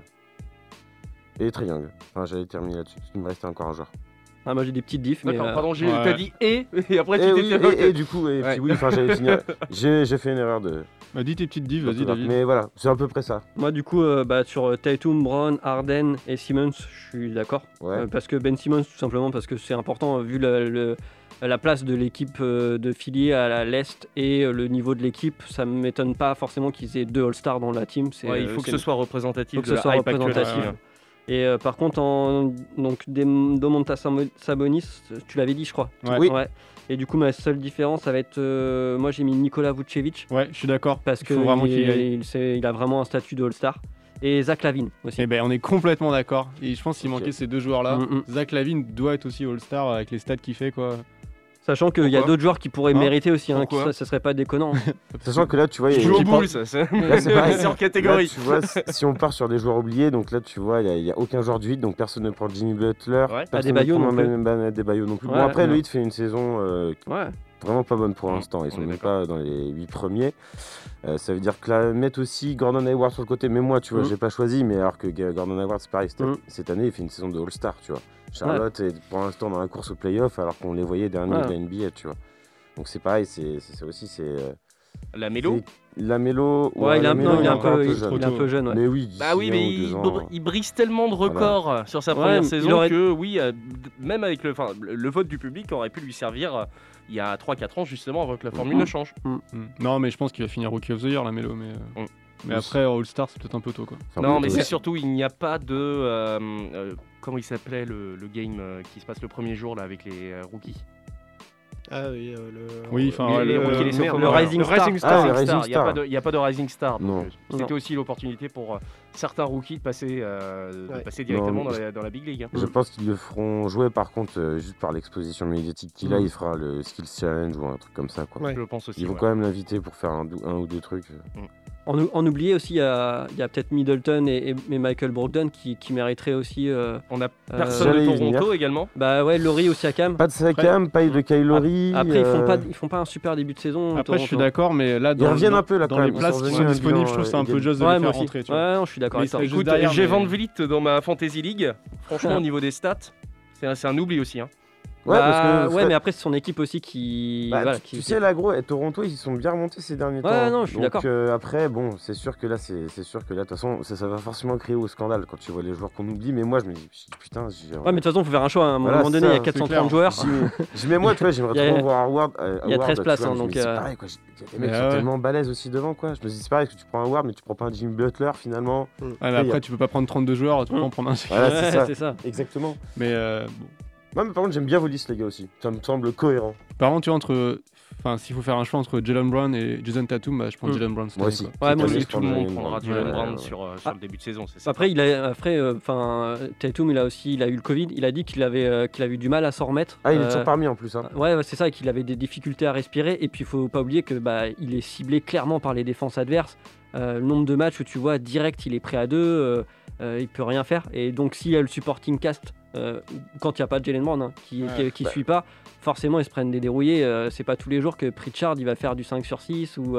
Speaker 8: Et Trae Young. Enfin, j'allais terminer là-dessus. Il me restait encore un joueur.
Speaker 9: Ah, moi j'ai des petites diffs, mais
Speaker 10: D'accord, pardon,
Speaker 7: ouais.
Speaker 10: t'as dit et après
Speaker 8: Et,
Speaker 10: tu
Speaker 8: oui,
Speaker 10: t'étais
Speaker 8: et du coup, et
Speaker 10: Ouais.
Speaker 8: puis oui, enfin, j'allais finir. J'ai fait une erreur de.
Speaker 7: Bah, dis tes petites divs, vas-y, David.
Speaker 8: Mais voilà, c'est à peu près ça.
Speaker 9: moi du coup, sur Tatum, Brown, Harden et Simmons, je suis d'accord.
Speaker 8: Ouais.
Speaker 9: Parce que Ben Simmons, tout simplement, parce que c'est important vu la place de l'équipe de Philly à l'Est et le niveau de l'équipe. Ça ne m'étonne pas forcément qu'ils aient 2 All-Stars dans la team.
Speaker 10: Ouais, il faut que ce soit représentatif
Speaker 9: faut que
Speaker 10: de
Speaker 9: ce soit
Speaker 10: la hype actuelle.
Speaker 9: représentatif.
Speaker 10: Ouais.
Speaker 9: Et par contre, Domantas Sabonis, tu l'avais dit, je crois.
Speaker 7: Ouais.
Speaker 8: Oui.
Speaker 9: Ouais. Et du coup, ma seule différence, ça va être. Moi, j'ai mis Nikola Vucevic.
Speaker 7: Ouais, je suis d'accord.
Speaker 9: Parce
Speaker 7: Il faut vraiment qu'il aille.
Speaker 9: il a vraiment un statut de All-Star. Et Zach LaVine aussi.
Speaker 7: Eh ben, on est complètement d'accord. Et je pense qu'il manquait ces deux joueurs-là.
Speaker 9: Mm-mm.
Speaker 7: Zach LaVine doit être aussi All-Star avec les stats qu'il fait, quoi.
Speaker 9: Sachant qu'il y a
Speaker 10: Pourquoi
Speaker 9: d'autres joueurs qui pourraient
Speaker 7: Hein
Speaker 9: mériter aussi, hein,
Speaker 10: Pourquoi
Speaker 9: ça serait pas déconnant.
Speaker 8: Sachant que là, tu vois, il y a
Speaker 10: Joue au
Speaker 8: qui
Speaker 10: boule, ça.
Speaker 8: Là, c'est pareil.
Speaker 10: C'est hors catégorie.
Speaker 8: Là, tu vois, si on part sur des joueurs oubliés, donc là, tu vois, il n'y a aucun joueur de 8, donc personne ne prend Jimmy Butler.
Speaker 10: Ouais.
Speaker 8: Personne
Speaker 9: Adebayo
Speaker 8: ne prend
Speaker 9: non plus.
Speaker 8: même Adebayo non plus.
Speaker 9: Ouais,
Speaker 8: Bon, après,
Speaker 9: ouais.
Speaker 8: le 8 fait une saison
Speaker 9: Ouais.
Speaker 8: vraiment pas bonne pour l'instant. Ils
Speaker 10: on
Speaker 8: sont
Speaker 10: est
Speaker 8: même
Speaker 10: d'accord.
Speaker 8: pas dans les 8 premiers. Ça veut dire que là, mettre aussi Gordon Hayward sur le côté, mais moi, tu vois, j'ai pas choisi, mais alors que Gordon Hayward, c'est pareil, cette année, il fait une saison de All-Star, tu vois. Charlotte est pour l'instant dans la course au playoff, alors qu'on les voyait derniers de la NBA, tu vois. Donc c'est pareil, c'est aussi,
Speaker 10: La Mélo.
Speaker 8: La Mélo,
Speaker 9: il est un peu jeune. Ouais.
Speaker 8: Mais oui,
Speaker 10: il brise tellement de records sur sa première saison que même avec le vote du public aurait pu lui servir il y a 3-4 ans justement avant que la formule ne change.
Speaker 7: Non, mais je pense qu'il va finir Rookie of the Year, la Mélo, mais après All-Star c'est peut-être un peu tôt quoi.
Speaker 10: Non, mais c'est surtout il n'y a pas de comment il s'appelait le game qui se passe le premier jour là avec les rookies.
Speaker 6: Ah oui,
Speaker 10: le Rising Star. Il n'y a pas de Rising Star. Donc, c'était aussi l'opportunité pour certains rookies de passer directement dans la Big League.
Speaker 8: Je pense qu'ils le feront jouer par contre, juste par l'exposition médiatique qu'il a, il fera le Skills Challenge ou un truc comme ça. Quoi.
Speaker 10: Je pense aussi.
Speaker 8: Ils vont quand même l'inviter pour faire un ou deux trucs.
Speaker 9: On oubliait aussi, il y a peut-être Middleton et Michael Brogdon qui mériteraient aussi.
Speaker 10: On a personne de Toronto également.
Speaker 9: Bah ouais, Laurie ou Siakam.
Speaker 8: Pas de Siakam, pas de Kyle Lowry.
Speaker 9: Après, ils font pas un super début de saison.
Speaker 7: Après, je suis d'accord, mais là,
Speaker 8: ils reviennent un peu là
Speaker 7: dans
Speaker 8: quand
Speaker 7: les
Speaker 8: même.
Speaker 7: places qui sont disponibles, je trouve ça un peu juste de les faire rentrer.
Speaker 9: Ouais, non, je suis d'accord avec toi.
Speaker 10: Écoute, j'ai Van Vliet dans ma Fantasy League. Franchement, au niveau des stats, c'est un oubli aussi.
Speaker 9: Ouais, mais après c'est son équipe aussi qui.
Speaker 8: Tu sais, l'agro et Toronto, ils sont bien remontés ces derniers temps.
Speaker 9: Ouais, non, je suis d'accord.
Speaker 8: Après, bon, c'est sûr que là, de toute façon, ça va forcément créer au scandale quand tu vois les joueurs qu'on oublie. Mais moi, je me dis, putain.
Speaker 9: Ouais, mais de toute façon, il faut faire un choix. À un moment donné, il y a 430 joueurs.
Speaker 8: Mais moi, tu vois, j'aimerais trop voir Howard.
Speaker 9: Il y a 13 places, donc.
Speaker 8: C'est pareil, quoi. Les mecs sont tellement balèzes aussi devant, quoi. Je me dis, c'est pareil, que tu prends un Howard, mais tu prends pas un Jimmy Butler finalement.
Speaker 7: Après, tu peux pas prendre 32 joueurs, tu peux en prendre un.
Speaker 8: Voilà, c'est ça. Exactement.
Speaker 7: Mais
Speaker 8: moi, par contre, j'aime bien vos listes, les gars, aussi. Ça me semble cohérent.
Speaker 7: Par contre, tu vois, s'il faut faire un choix entre Jaylen Brown et Jason Tatum, je prends Jaylen Brown.
Speaker 8: Moi aussi.
Speaker 10: Moi aussi, tout le monde prendra Jaylen Brown sur le début de saison. C'est ça.
Speaker 9: Après, Tatum, il a eu le Covid. Il a dit qu'il avait eu du mal à s'en remettre.
Speaker 8: Ah, il est toujours parmi en plus.
Speaker 9: Ouais, c'est ça, et qu'il avait des difficultés à respirer. Et puis, il faut pas oublier que il est ciblé clairement par les défenses adverses. Le nombre de matchs où tu vois direct, il est prêt à 2. Il peut rien faire. Et donc, s'il y a le supporting cast. Quand il n'y a pas de Jaylen Brown qui suit pas, forcément ils se prennent des dérouillés. C'est pas tous les jours que Pritchard il va faire du 5/6 ou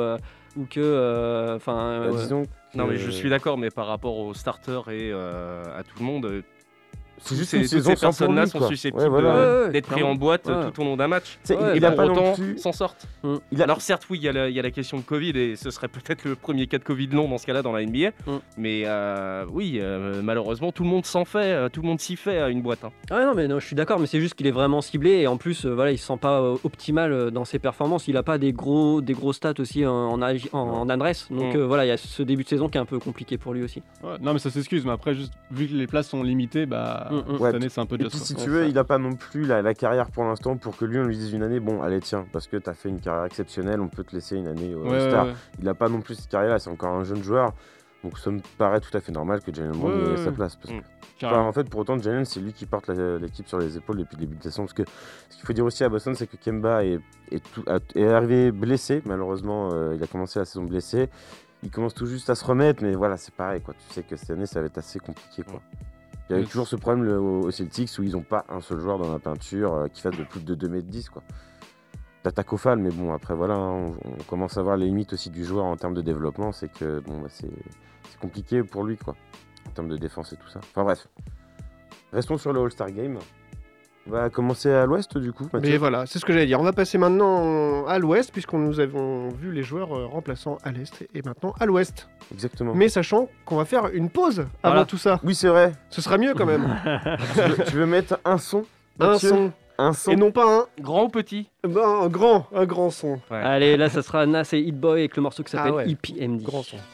Speaker 9: que
Speaker 8: disons
Speaker 10: non mais je suis d'accord, mais par rapport aux starters et à tout le monde,
Speaker 8: c'est juste toutes ces
Speaker 10: personnes-là sont susceptibles d'être pris en boîte tout au long d'un match. Et pour autant s'en sortent. Alors certes, oui, il y a la question de Covid et ce serait peut-être le premier cas de Covid long dans ce cas-là dans la NBA. Mais malheureusement, tout le monde s'y fait à une boîte.
Speaker 9: Ah non, mais non, je suis d'accord, mais c'est juste qu'il est vraiment ciblé et en plus, il se sent pas optimal dans ses performances. Il a pas des gros stats aussi en adresse. Donc il y a ce début de saison qui est un peu compliqué pour lui aussi.
Speaker 7: Ouais, non, mais ça s'excuse. Mais après, juste vu que les places sont limitées, cette année, c'est un peu
Speaker 8: de si tu veux, il n'a pas non plus la carrière pour l'instant pour que lui, on lui dise une année, bon, allez, tiens, parce que tu as fait une carrière exceptionnelle, on peut te laisser une année au Star. Il n'a pas non plus cette carrière-là, c'est encore un jeune joueur. Donc ça me paraît tout à fait normal que Jaylen Brown ait sa place. Parce que, en fait, pour autant, Jaylen, c'est lui qui porte l'équipe sur les épaules depuis le début de saison. Parce que ce qu'il faut dire aussi à Boston, c'est que Kemba est arrivé blessé. Malheureusement, il a commencé la saison blessé. Il commence tout juste à se remettre, mais voilà, c'est pareil, quoi. Tu sais que cette année, ça va être assez compliqué, quoi. Il y avait toujours ce problème aux Celtics où ils n'ont pas un seul joueur dans la peinture qui fasse de plus de 2,10 m, quoi. T'as Takofal, mais bon, après voilà, on commence à voir les limites aussi du joueur en termes de développement. C'est que c'est compliqué pour lui, quoi, en termes de défense et tout ça. Enfin bref, restons sur le All-Star Game. On va commencer à l'ouest du coup, Mathieu.
Speaker 6: Mais voilà, c'est ce que j'allais dire. On va passer maintenant à l'ouest puisqu'on nous avons vu les joueurs remplaçants à l'est et maintenant à l'ouest.
Speaker 8: Exactement.
Speaker 6: Mais sachant qu'on va faire une pause avant tout ça.
Speaker 8: Oui, c'est vrai.
Speaker 6: Ce sera mieux quand même.
Speaker 8: tu veux mettre un son,
Speaker 6: Mathieu ? Un son. Et non pas un
Speaker 10: grand ou petit.
Speaker 6: Un grand son.
Speaker 9: Ouais. Allez, là ça sera Nas et Hit Boy avec le morceau qui s'appelle EPMD.
Speaker 6: Grand son.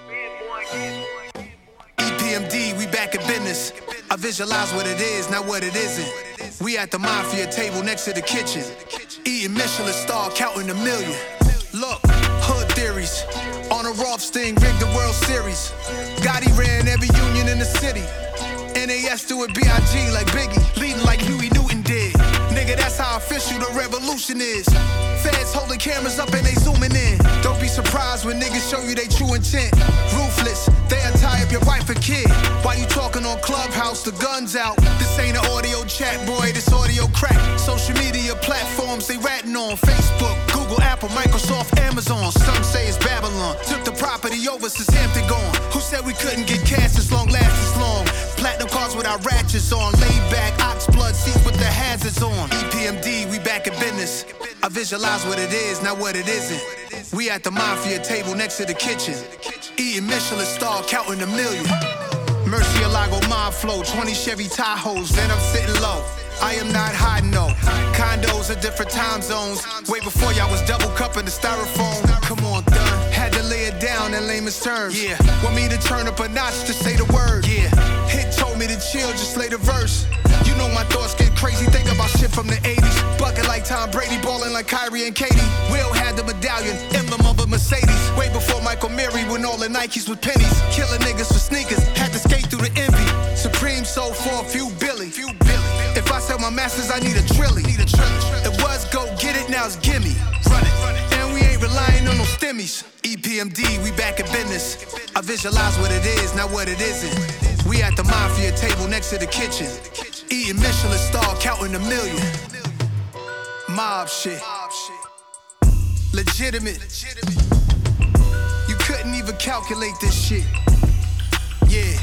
Speaker 12: EPMD, we back in business. I visualize what it is, not what it isn't. We at the mafia table next to the kitchen. Eating Michelin star, counting a million. Look, hood theories. On a Rothstein, rigged the World Series. Gotti ran every union in the city. NAS do it B.I.G. like Biggie. Leading like Huey Newton did. Nigga, that's how official the revolution is. Feds holding cameras up and they zooming in. Don't be surprised when niggas show you they true intent. Ruthless, they'll tie up your wife and kid. While you talking on Clubhouse, the gun's out. This ain't an audio chat, boy, this audio crack. Social media platforms, they ratting on Facebook, Google, Apple, Microsoft, Amazon. Some say it's Babylon. Took the property over since Hampton gone. Who said we couldn't get cash this long, last this long? Platinum cars with our ratchets on. Laid back, ox blood seats with the hazards on. EPMD, we back in business. I visualize what it is, not what it isn't. We at the mafia table next to the kitchen, eating Michelin star, counting a million. Murcielago mob flow, 20 Chevy Tahoes, then I'm sitting low. I am not hiding no. Condos at different time zones. Way before y'all was double cupping the styrofoam. Come on, done. Had to lay it down in lamest terms. Yeah. Want me to turn up a notch to say the word. Yeah. Hit told me to chill, just lay the verse. You know my thoughts get crazy, think about shit from the 80s. Bucket like Tom Brady, balling like Kyrie and Katie. Will had the medallion, emblem of a Mercedes. Way before Michael Mary, when all the Nikes with pennies. Killing niggas for sneakers, had to skate through the envy. Supreme sold for a few Billy. If I sell my masters, I need a trilly. It was go get it, now it's gimme. Run it. And we ain't relying on no stimmies. EPMD, we back in business. I visualize what it is, not what it isn't. We at the mafia table next to the kitchen, eating Michelin star, counting a million. Mob shit. Legitimate. You couldn't even calculate this shit. Yeah.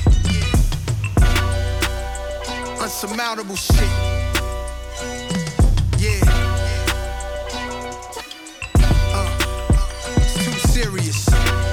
Speaker 12: Unsurmountable shit. Yeah. It's too serious.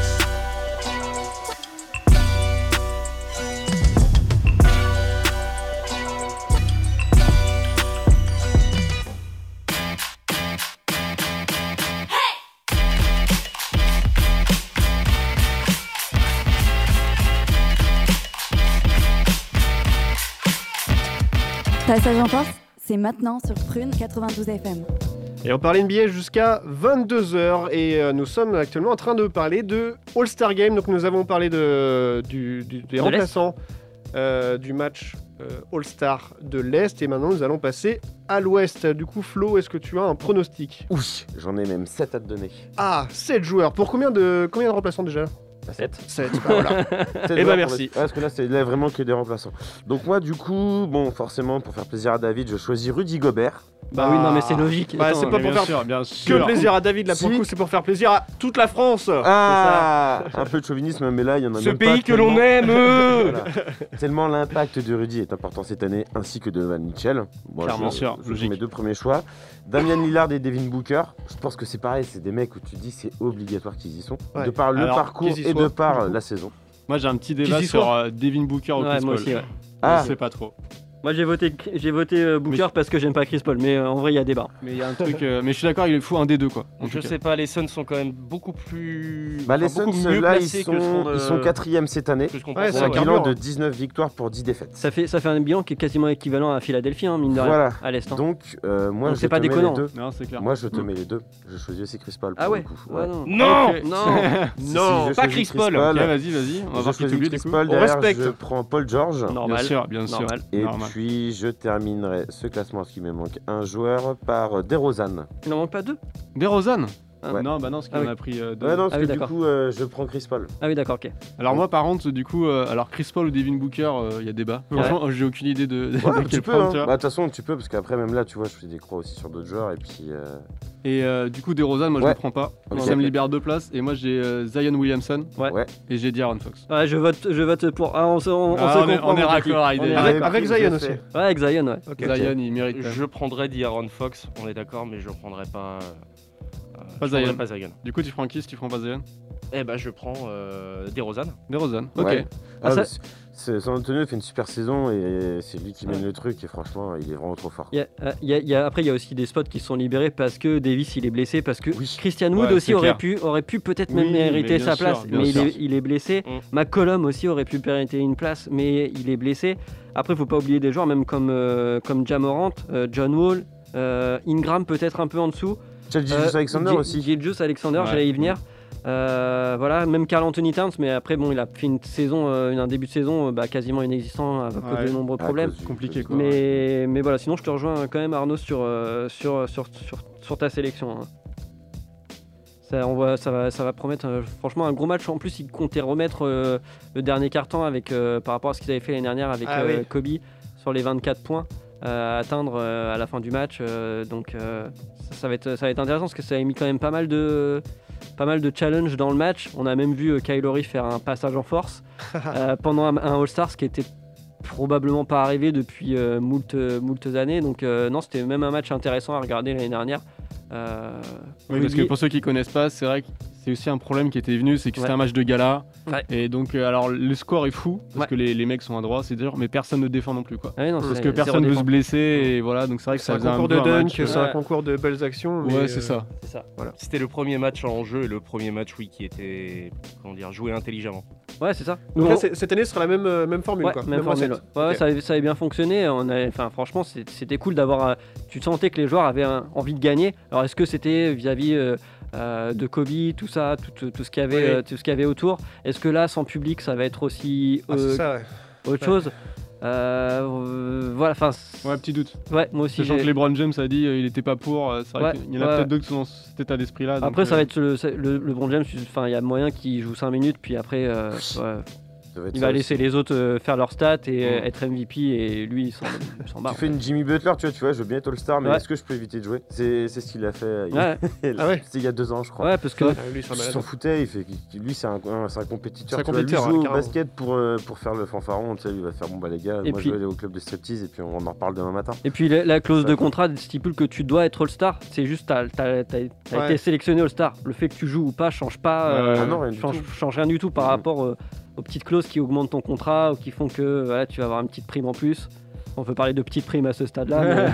Speaker 5: Passage en force, c'est maintenant sur Prune 92 FM.
Speaker 6: Et on parle NBA jusqu'à 22h et nous sommes actuellement en train de parler de All-Star Game. Donc nous avons parlé des remplaçants du match All-Star de l'Est et maintenant nous allons passer à l'Ouest. Du coup Flo, est-ce que tu as un pronostic ?
Speaker 8: Oui, j'en ai même 7 à te donner.
Speaker 6: Ah, 7 joueurs. Pour combien de remplaçants déjà ? 7, voilà.
Speaker 8: Et bah merci. Ouais, parce que là, c'est vraiment que des remplaçants. Donc moi, du coup, bon, forcément, pour faire plaisir à David, je choisis Rudy Gobert.
Speaker 9: Bah oui, non, mais c'est logique.
Speaker 6: Bah, c'est pas pour faire que plaisir à David, là, pour le coup, c'est pour faire plaisir à toute la France.
Speaker 8: Ah, un peu de chauvinisme, mais là, il y en a
Speaker 10: ce
Speaker 8: même pas.
Speaker 10: Ce pays que l'on aime.
Speaker 8: Voilà. Tellement l'impact de Rudy est important cette année, ainsi que de Donovan Mitchell. Bon,
Speaker 7: clairement sûr,
Speaker 8: logique. Mes deux premiers choix. Damian Lillard et Devin Booker. Je pense que c'est pareil, c'est des mecs où tu dis c'est obligatoire qu'ils y sont. Ouais. De par le parcours et de par la saison.
Speaker 7: Moi, j'ai un petit débat sur Devin Booker ou Chris Paul.
Speaker 9: Aussi, ouais.
Speaker 7: Je sais pas trop.
Speaker 9: Moi j'ai voté Booker parce que j'aime pas Chris Paul, mais en vrai il y a débat.
Speaker 7: Mais il y a un truc, mais je suis d'accord, il faut un des deux quoi.
Speaker 10: Je sais pas, les Suns sont quand même beaucoup plus.
Speaker 8: Les Suns là ils sont 4ème cette année. C'est un bilan de 19 victoires pour 10 défaites.
Speaker 9: Ça fait un bilan qui est quasiment équivalent à Philadelphie, hein, mine de rien, à l'Est.
Speaker 8: Donc moi je te mets les deux.
Speaker 7: Non, c'est clair.
Speaker 8: Moi je te mets les deux. Je choisis aussi Chris Paul.
Speaker 9: Ah ouais.
Speaker 10: Non,
Speaker 8: pas
Speaker 10: Chris Paul.
Speaker 7: Vas-y. On va voir qui t'oublie du coup.
Speaker 8: On respecte. Je prends Paul George.
Speaker 9: Normal.
Speaker 7: Bien sûr.
Speaker 8: Et puis je terminerai ce classement, parce qu'il me manque un joueur, par DeRozan.
Speaker 9: Il n'en manque pas deux ?
Speaker 7: DeRozan ?
Speaker 8: Ouais.
Speaker 7: Non, bah non, parce qu'on a pris deux.
Speaker 8: Ouais, non, parce que du coup, je prends Chris Paul.
Speaker 9: Ah oui, d'accord, ok.
Speaker 7: Alors moi, par contre, du coup, alors Chris Paul ou Devin Booker, il y a débat. Franchement, j'ai aucune idée de
Speaker 8: quel prendre, tu vois. De toute façon, tu peux, parce qu'après, même là, tu vois, je fais des croix aussi sur d'autres joueurs, et puis...
Speaker 7: Et du coup, DeRozan, moi, je le prends pas. Okay. Ça me libère 2 places, et moi, j'ai Zion Williamson, et j'ai De'Aaron Fox.
Speaker 9: Ouais, je vote pour... on
Speaker 7: est raccord
Speaker 6: avec Zion aussi.
Speaker 9: Ouais, avec Zion, ouais.
Speaker 7: Okay. Zion, il mérite.
Speaker 10: Je prendrais De'Aaron Fox, on est d'accord, mais je prendrais pas...
Speaker 7: Pas Zion. Du coup, tu prends qui si tu prends pas Zion ?
Speaker 10: Eh ben, je prends DeRozan.
Speaker 7: Ok.
Speaker 8: Ouais. San Antonio fait une super saison et c'est lui qui mène le truc et franchement, il est vraiment trop fort.
Speaker 9: Après, il y a aussi des spots qui sont libérés parce que Davis il est blessé, parce que Christian Wood aussi aurait pu peut-être même mériter sa place, mais il est blessé. McCollum aussi aurait pu mériter une place, mais il est blessé. Après, il faut pas oublier des joueurs même comme Ja Morant, John Wall, Ingram peut-être un peu en dessous.
Speaker 8: Gilgeous Alexander aussi.
Speaker 9: Gilgeous Alexander, j'allais y venir. Voilà, même Karl Anthony Towns, mais après bon, il a fait une saison, un début de saison quasiment inexistant avec de nombreux problèmes.
Speaker 7: Compliqué quoi.
Speaker 9: Mais voilà, sinon je te rejoins quand même Arnaud sur ta sélection. Hein. Ça va promettre franchement un gros match. En plus, ils comptaient remettre le dernier quart-temps avec par rapport à ce qu'ils avaient fait l'année dernière avec Kobe sur les 24 points à atteindre à la fin du match. Donc ça va être intéressant parce que ça a mis quand même pas mal de challenges dans le match. On a même vu Kyle Lowry faire un passage en force pendant un All-Star, ce qui était probablement pas arrivé depuis moult années. Donc non, c'était même un match intéressant à regarder l'année dernière.
Speaker 7: Oui, parce que pour ceux qui connaissent pas, c'est vrai que c'est aussi un problème qui était venu, c'est que c'était un match de gala. Ouais. Et donc, alors le score est fou, parce que les mecs sont à droit, c'est dur, mais personne ne défend non plus. Quoi.
Speaker 9: Non,
Speaker 7: parce que personne ne veut se blesser, et voilà, donc c'est vrai que ça faisait un
Speaker 6: concours de dunk, c'est un concours de belles actions.
Speaker 7: Ouais, c'est ça.
Speaker 10: Voilà. C'était le premier match en jeu et le premier match, qui était joué intelligemment.
Speaker 9: Ouais, c'est ça.
Speaker 6: Donc là, cette année, ce sera la même formule. Quoi.
Speaker 9: Même formule. Ouais, ça avait bien fonctionné. Franchement, c'était cool d'avoir. Tu sentais que les joueurs avaient envie de gagner. Alors, est-ce que c'était vis-à-vis de Kobe, tout ça, tout ce qu'il y avait autour? Est-ce que là, sans public, ça va être aussi autre chose? Voilà, enfin.
Speaker 7: Ouais, petit doute.
Speaker 9: Ouais, moi aussi.
Speaker 7: Sachant que LeBron James a dit il était pas pour. C'est vrai qu'il y en a peut-être d'autres qui sont dans cet état d'esprit-là.
Speaker 9: Après, ça va être le LeBron James. Enfin, il y a moyen qu'il joue 5 minutes, puis après, il va laisser les autres faire leurs stats et être MVP, et lui, il s'en bat.
Speaker 8: Tu fais une Jimmy Butler, tu vois, je veux bien être All-Star, mais est-ce que je peux éviter de jouer? C'est ce qu'il a fait. C'était il y a 2 ans, je crois.
Speaker 9: Ouais, parce que
Speaker 8: lui, il s'en foutait. Lui, c'est un compétiteur. Tu vois, lui joue au basket pour faire le fanfaron. Tu sais, lui va faire bon bah les gars, moi je vais aller au club de striptease et puis on en reparle demain matin.
Speaker 9: Et puis la clause de contrat stipule que tu dois être All-Star. C'est juste t'as été sélectionné All-Star. Le fait que tu joues ou pas change pas. Change rien du tout par rapport aux petites clauses qui augmentent ton contrat ou qui font que tu vas avoir une petite prime en plus. On peut parler de petites primes à ce stade-là.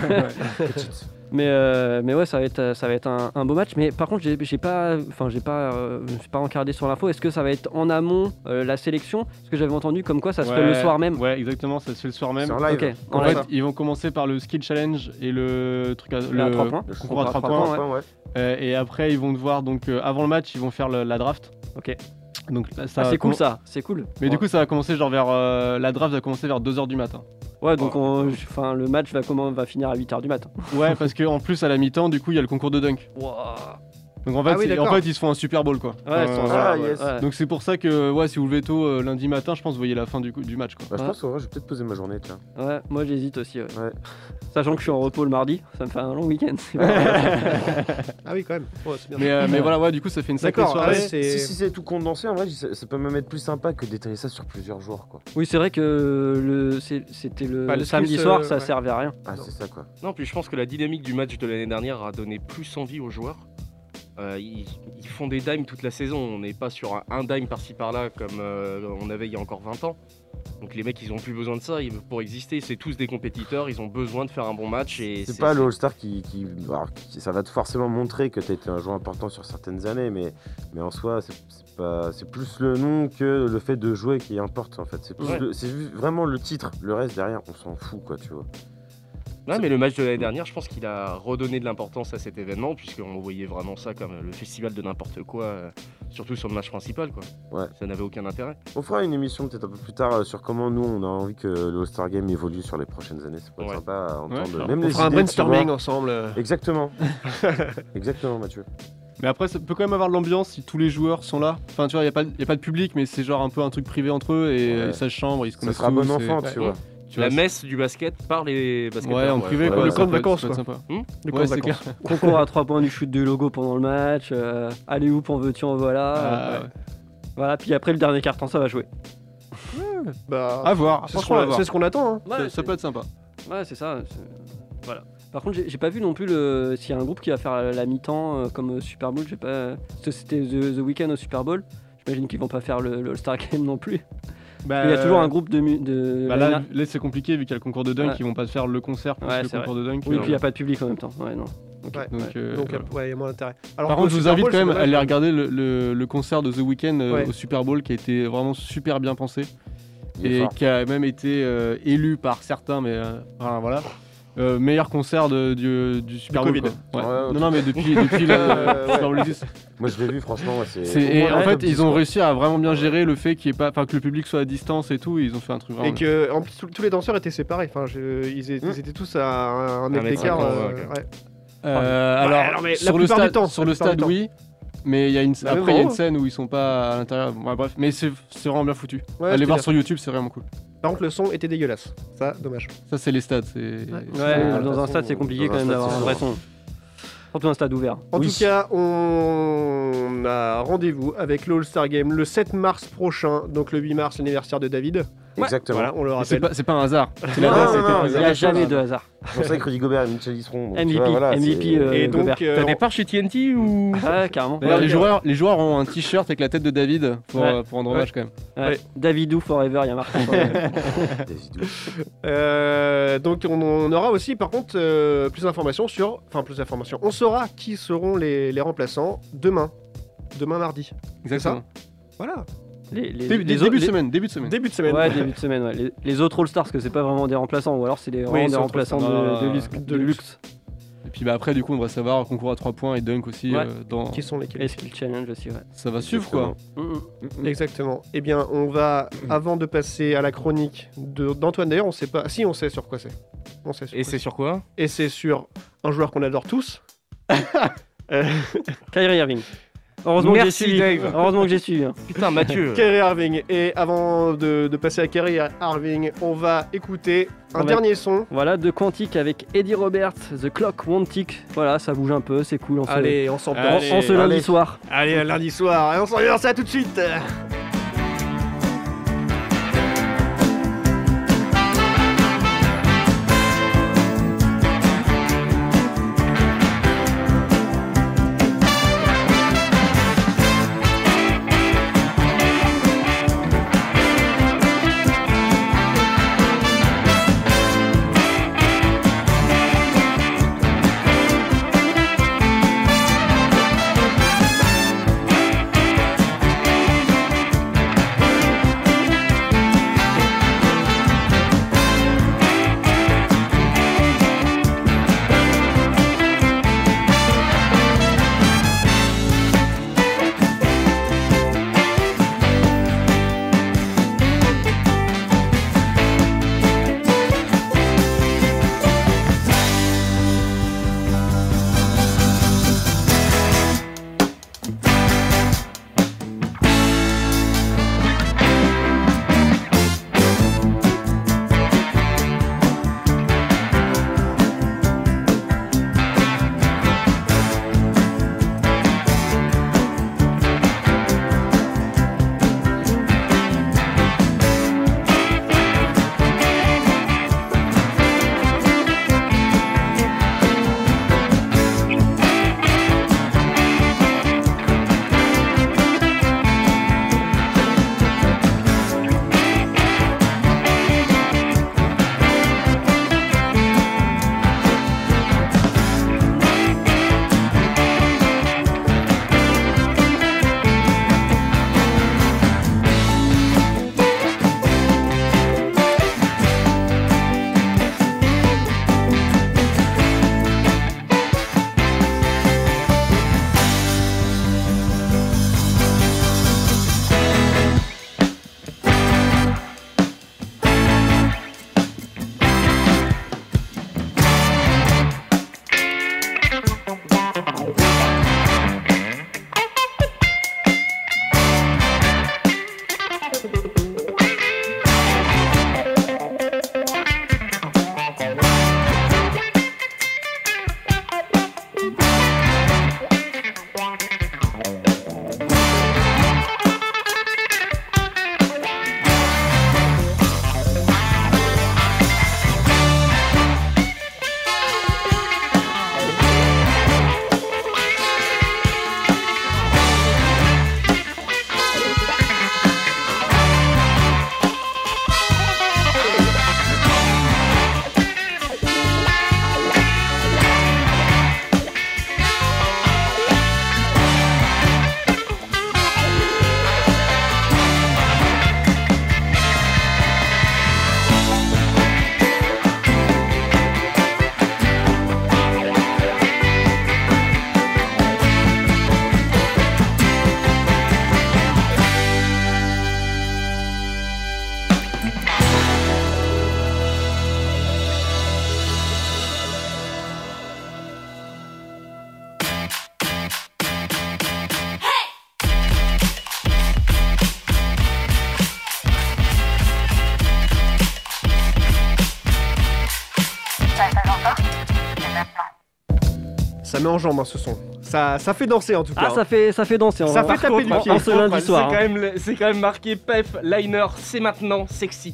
Speaker 9: Mais ouais, ça va être un beau match. Mais par contre, je me suis pas encardé sur l'info. Est-ce que ça va être en amont la sélection? Parce que j'avais entendu comme quoi ça se fait le soir même.
Speaker 7: Ouais, exactement, ça se fait le soir même.
Speaker 8: C'est en live.
Speaker 9: Okay.
Speaker 7: En fait, ils vont commencer par le skill challenge et le truc
Speaker 9: le 3 points.
Speaker 7: Le concours à 3 points. Et après, ils vont devoir avant le match, ils vont faire la draft.
Speaker 9: Ok.
Speaker 7: Donc
Speaker 9: c'est cool ça, c'est cool.
Speaker 7: Mais du coup, ça va commencer la draft va commencer vers 2h du matin.
Speaker 9: Ouais, donc le match va finir à 8h du matin.
Speaker 7: Ouais, parce qu'en plus à la mi-temps, du coup, il y a le concours de dunk.
Speaker 9: Wow.
Speaker 7: Donc en fait, ils se font un Super Bowl quoi.
Speaker 9: Ouais,
Speaker 7: Donc c'est pour ça que si vous levez tôt lundi matin, je pense que vous voyez la fin du match quoi.
Speaker 8: Bah, je pense je vais peut-être poser ma journée, tiens.
Speaker 9: Ouais, moi j'hésite aussi. Ouais. Sachant que je suis en repos le mardi, ça me fait un long week-end.
Speaker 6: Ah oui, quand même. Ouais, c'est bien.
Speaker 7: Mais voilà, du coup, ça fait une sacrée soirée.
Speaker 8: Si c'est tout condensé, en vrai, ça peut même être plus sympa que d'étaler ça sur plusieurs jours quoi.
Speaker 9: Oui, c'est vrai que c'était le samedi soir, ça servait à rien.
Speaker 8: Ah, c'est ça quoi.
Speaker 10: Non, puis je pense que la dynamique du match de l'année dernière a donné plus envie aux joueurs. Ils font des dimes toute la saison, on n'est pas sur un dime par-ci par-là comme on avait il y a encore 20 ans. Donc les mecs, ils ont plus besoin de ça pour exister, c'est tous des compétiteurs, ils ont besoin de faire un bon match. Et
Speaker 8: c'est pas le All-Star qui ça va forcément montrer que tu as été un joueur important sur certaines années, mais en soi, c'est plus le nom que le fait de jouer qui importe en fait. C'est vraiment le titre, le reste derrière, on s'en fout quoi, tu vois.
Speaker 10: Non, mais le match de l'année dernière, je pense qu'il a redonné de l'importance à cet événement, puisqu'on voyait vraiment ça comme le festival de n'importe quoi, surtout sur le match principal, quoi.
Speaker 8: Ouais.
Speaker 10: Ça n'avait aucun intérêt.
Speaker 8: On fera une émission peut-être un peu plus tard sur comment nous on a envie que le All-Star Game évolue sur les prochaines années. C'est pas sympa à entendre.
Speaker 6: Même on fera un brainstorming ensemble.
Speaker 8: Exactement. Exactement, Mathieu.
Speaker 7: Mais après, ça peut quand même avoir de l'ambiance si tous les joueurs sont là. Enfin, tu vois, il n'y a pas de public, mais c'est genre un peu un truc privé entre eux et ils s'achètent, ils se connaissent.
Speaker 8: Ça sera bon enfant, tu vois.
Speaker 10: La messe du basket par les basketteurs.
Speaker 7: Ouais, en privé,
Speaker 6: le camp de vacances,
Speaker 7: quoi. Sympa.
Speaker 6: Le camp de vacances.
Speaker 9: Concours à 3 points du shoot de logo pendant le match. Allez où, en veux-tu, en voilà. Voilà, puis après le dernier carton, ça va jouer.
Speaker 7: À voir.
Speaker 6: C'est ce qu'on attend.
Speaker 7: Ça peut être sympa.
Speaker 9: Ouais, c'est ça. Voilà. Par contre, j'ai pas vu non plus s'il y a un groupe qui va faire la mi-temps comme Super Bowl. J'ai pas. C'était The Weeknd au Super Bowl. J'imagine qu'ils vont pas faire le All-Star Game non plus. Il y a toujours un groupe de...
Speaker 7: là c'est compliqué vu qu'il y a le concours de dunk, ils vont pas faire le concert plus le concours de dunk.
Speaker 9: Oui, puis il n'y a pas de public en même temps. Ouais, non.
Speaker 6: Okay. Donc il y a moins d'intérêt.
Speaker 7: Par contre, je vous invite quand même à aller regarder le concert de The Weeknd au Super Bowl qui a été vraiment super bien pensé et qui a même été élu par certains, mais voilà. Meilleur concert du Super Bowl. Non, mais depuis le Super Bowl 10.
Speaker 8: Moi je l'ai vu, franchement.
Speaker 7: En fait, ils ont réussi à vraiment bien gérer le fait qu'il y ait pas, que le public soit à distance et tout. Ils ont fait un truc vraiment.
Speaker 6: Et que en plus tous les danseurs étaient séparés. Enfin, ils étaient tous à un mètre d'écart.
Speaker 7: Alors, sur le stade, oui. Mais il y a une scène où ils sont pas à l'intérieur. Ouais, bref, mais c'est vraiment bien foutu. Allez voir sur YouTube, c'est vraiment cool.
Speaker 6: Par contre, le son était dégueulasse. Ça, dommage.
Speaker 7: Ça, c'est les stades.
Speaker 9: Dans un stade, c'est compliqué quand même d'avoir un vrai son. Surtout un stade ouvert.
Speaker 6: En tout cas, on a rendez-vous avec le All-Star Game le 7 mars prochain. Donc le 8 mars, l'anniversaire de David.
Speaker 8: Exactement.
Speaker 6: Voilà, on le rappelle.
Speaker 7: C'est pas un hasard.
Speaker 9: Il n'y a jamais de hasard.
Speaker 8: C'est pour ça que Rudy Gobert et Mitchell y seront.
Speaker 9: MVP
Speaker 6: et donc,
Speaker 9: Gobert.
Speaker 10: T'as des parts chez TNT ou
Speaker 9: Ouais, carrément.
Speaker 7: D'ailleurs, les joueurs ont un t-shirt avec la tête de David pour rendre hommage quand même.
Speaker 9: Ouais. Davidou Forever, il y a marqué.
Speaker 6: Donc on aura aussi par contre plus d'informations sur... Enfin plus d'informations. On saura qui seront les remplaçants demain mardi.
Speaker 7: Exactement.
Speaker 6: Voilà.
Speaker 7: Début de semaine.
Speaker 6: Début de semaine.
Speaker 9: Ouais, début de semaine. Ouais. Les autres All-Stars, parce que c'est pas vraiment des remplaçants, ou alors c'est des remplaçants de luxe.
Speaker 7: Et puis après, du coup, on va savoir concours à 3 points et dunk aussi.
Speaker 6: Qui sont lesquels.
Speaker 9: Et Skill Challenge aussi, ouais.
Speaker 7: Ça va suivre quoi.
Speaker 6: Exactement. Eh bien, on va, avant de passer à la chronique d'Antoine, d'ailleurs, on sait pas. Si, on sait sur quoi c'est.
Speaker 10: C'est sur quoi?
Speaker 6: Et c'est sur un joueur qu'on adore tous.
Speaker 9: Kyrie Irving. Heureusement que j'ai suivi.
Speaker 10: Putain, Mathieu.
Speaker 6: Kyrie Irving. Et avant de passer à Kyrie Irving, on va écouter un dernier son.
Speaker 9: Voilà, de Quantique avec Eddie Roberts, The Clock Won't Tick. Voilà, ça bouge un peu, c'est cool.
Speaker 6: Allez, on s'en
Speaker 9: ce lundi soir.
Speaker 6: Allez, lundi soir. Et on s'en vient ça tout de suite. Ça met en jambe ce son. Ça fait danser en tout cas.
Speaker 9: Ah, ça fait danser.
Speaker 6: Ça fait taper du pied.
Speaker 9: Ce lundi soir.
Speaker 10: C'est quand même marqué PEF, liner, c'est maintenant, sexy.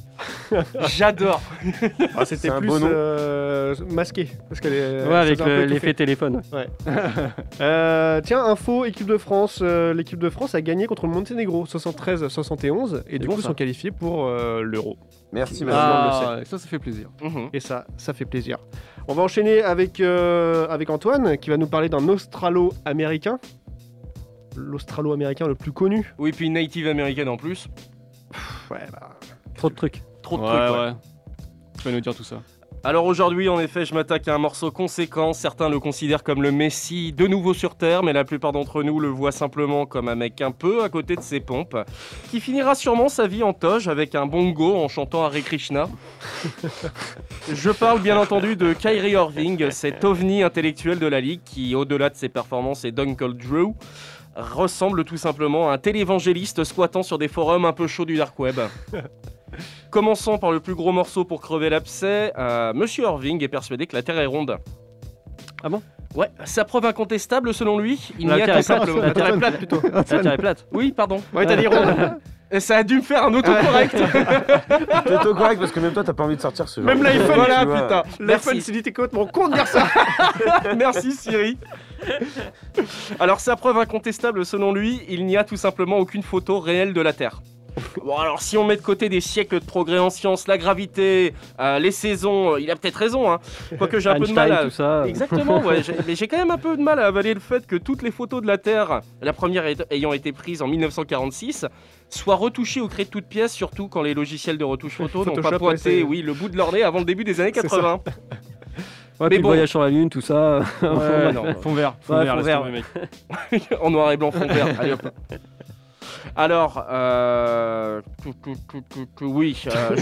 Speaker 10: J'adore.
Speaker 6: Ah, c'était plus masqué. Parce qu'elle est,
Speaker 9: avec l'effet téléphone.
Speaker 6: Ouais. Tiens, info, équipe de France. L'équipe de France a gagné contre le Monténégro 73-71 et du coup sont qualifiés pour l'Euro.
Speaker 8: Merci,
Speaker 7: ça fait plaisir.
Speaker 6: Et ça fait plaisir. On va enchaîner avec Antoine qui va nous parler d'un Australo-Américain. L'Australo-Américain le plus connu.
Speaker 10: Oui, puis une native américaine en plus.
Speaker 9: Trop de trucs.
Speaker 7: Ouais. Tu vas nous dire tout ça.
Speaker 10: Alors aujourd'hui, en effet, je m'attaque à un morceau conséquent. Certains le considèrent comme le Messi de nouveau sur Terre, mais la plupart d'entre nous le voient simplement comme un mec un peu à côté de ses pompes, qui finira sûrement sa vie en toge avec un bongo en chantant Hare Krishna. Je parle bien entendu de Kyrie Irving, cet ovni intellectuel de la ligue qui, au-delà de ses performances et d'Uncle Drew, ressemble tout simplement à un télévangéliste squattant sur des forums un peu chauds du dark web. Commençons par le plus gros morceau pour crever l'abcès. Monsieur Irving est persuadé que la Terre est ronde.
Speaker 9: Ah bon ?
Speaker 10: Ouais, sa preuve incontestable selon lui, il n'y a tout simplement...
Speaker 9: La Terre est plate plutôt. La Terre est plate.
Speaker 10: Oui, pardon.
Speaker 6: Ouais, t'as dit ronde.
Speaker 10: Et ça a dû me faire un autocorrect.
Speaker 8: Autocorrect parce que même toi t'as pas envie de sortir ce genre.
Speaker 6: Même l'iPhone,
Speaker 10: voilà, putain.
Speaker 6: L'iPhone s'est dit t'es complètement con de dire ça.
Speaker 10: Merci Siri. Alors sa preuve incontestable selon lui, il n'y a tout simplement aucune photo réelle de la Terre. Bon alors si on met de côté des siècles de progrès en sciences, la gravité, les saisons, il a peut-être raison, hein. Quoique j'ai un peu de mal à...
Speaker 9: tout ça.
Speaker 10: Exactement, ouais, mais j'ai quand même un peu de mal à avaler le fait que toutes les photos de la Terre, la première ayant été prise en 1946, soient retouchées au craie de toute pièce, surtout quand les logiciels de retouche photo n'ont pas pointé le bout de leur nez avant le début des années 80.
Speaker 9: Ouais, mais bon, voyage sur la Lune, tout ça.
Speaker 10: Ouais, non,
Speaker 7: fond vert,
Speaker 10: mec. En noir et blanc, fond vert. Allez hop. Alors, oui,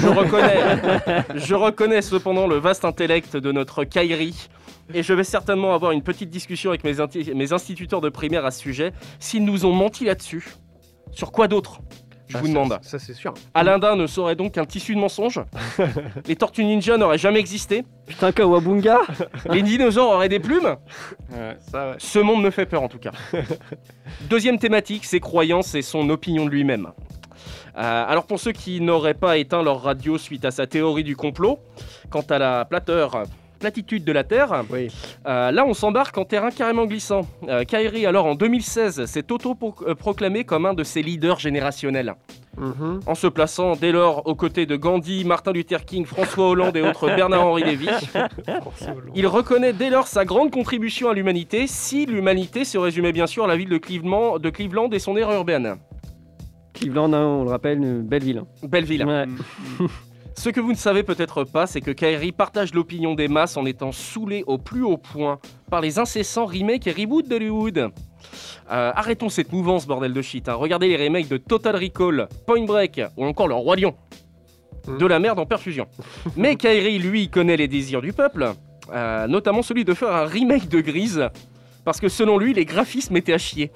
Speaker 10: je reconnais cependant le vaste intellect de notre Kyrie et je vais certainement avoir une petite discussion avec mes instituteurs de primaire à ce sujet. S'ils nous ont menti là-dessus, sur quoi d'autre ? Je vous demande.
Speaker 6: Ça c'est sûr.
Speaker 10: Aladdin ne serait donc qu'un tissu de mensonges. Les Tortues Ninja n'auraient jamais existé.
Speaker 9: Putain, Kawabunga.
Speaker 10: Les dinosaures auraient des plumes.
Speaker 6: Ça, ouais.
Speaker 10: Ce monde me fait peur en tout cas. Deuxième thématique, ses croyances et son opinion de lui-même. Alors pour ceux qui n'auraient pas éteint leur radio suite à sa théorie du complot, quant à la platitude de la Terre, oui. Là on s'embarque en terrain carrément glissant. Kyrie alors en 2016 s'est auto-proclamé comme un de ses leaders générationnels. En se plaçant dès lors aux côtés de Gandhi, Martin Luther King, François Hollande et autres Bernard-Henri Lévy. Il reconnaît dès lors sa grande contribution à l'humanité, si l'humanité se résumait bien sûr à la ville de Cleveland et son aire urbaine.
Speaker 9: Cleveland, hein, on le rappelle, une belle ville.
Speaker 10: Belle ville. Ouais. Ce que vous ne savez peut-être pas, c'est que Kyrie partage l'opinion des masses en étant saoulé au plus haut point par les incessants remakes et reboots d'Hollywood. Arrêtons cette mouvance, bordel de shit. Hein. Regardez les remakes de Total Recall, Point Break ou encore Le Roi Lion. De la merde en perfusion. Mais Kyrie, lui, connaît les désirs du peuple, notamment celui de faire un remake de Grease, parce que selon lui, les graphismes étaient à chier.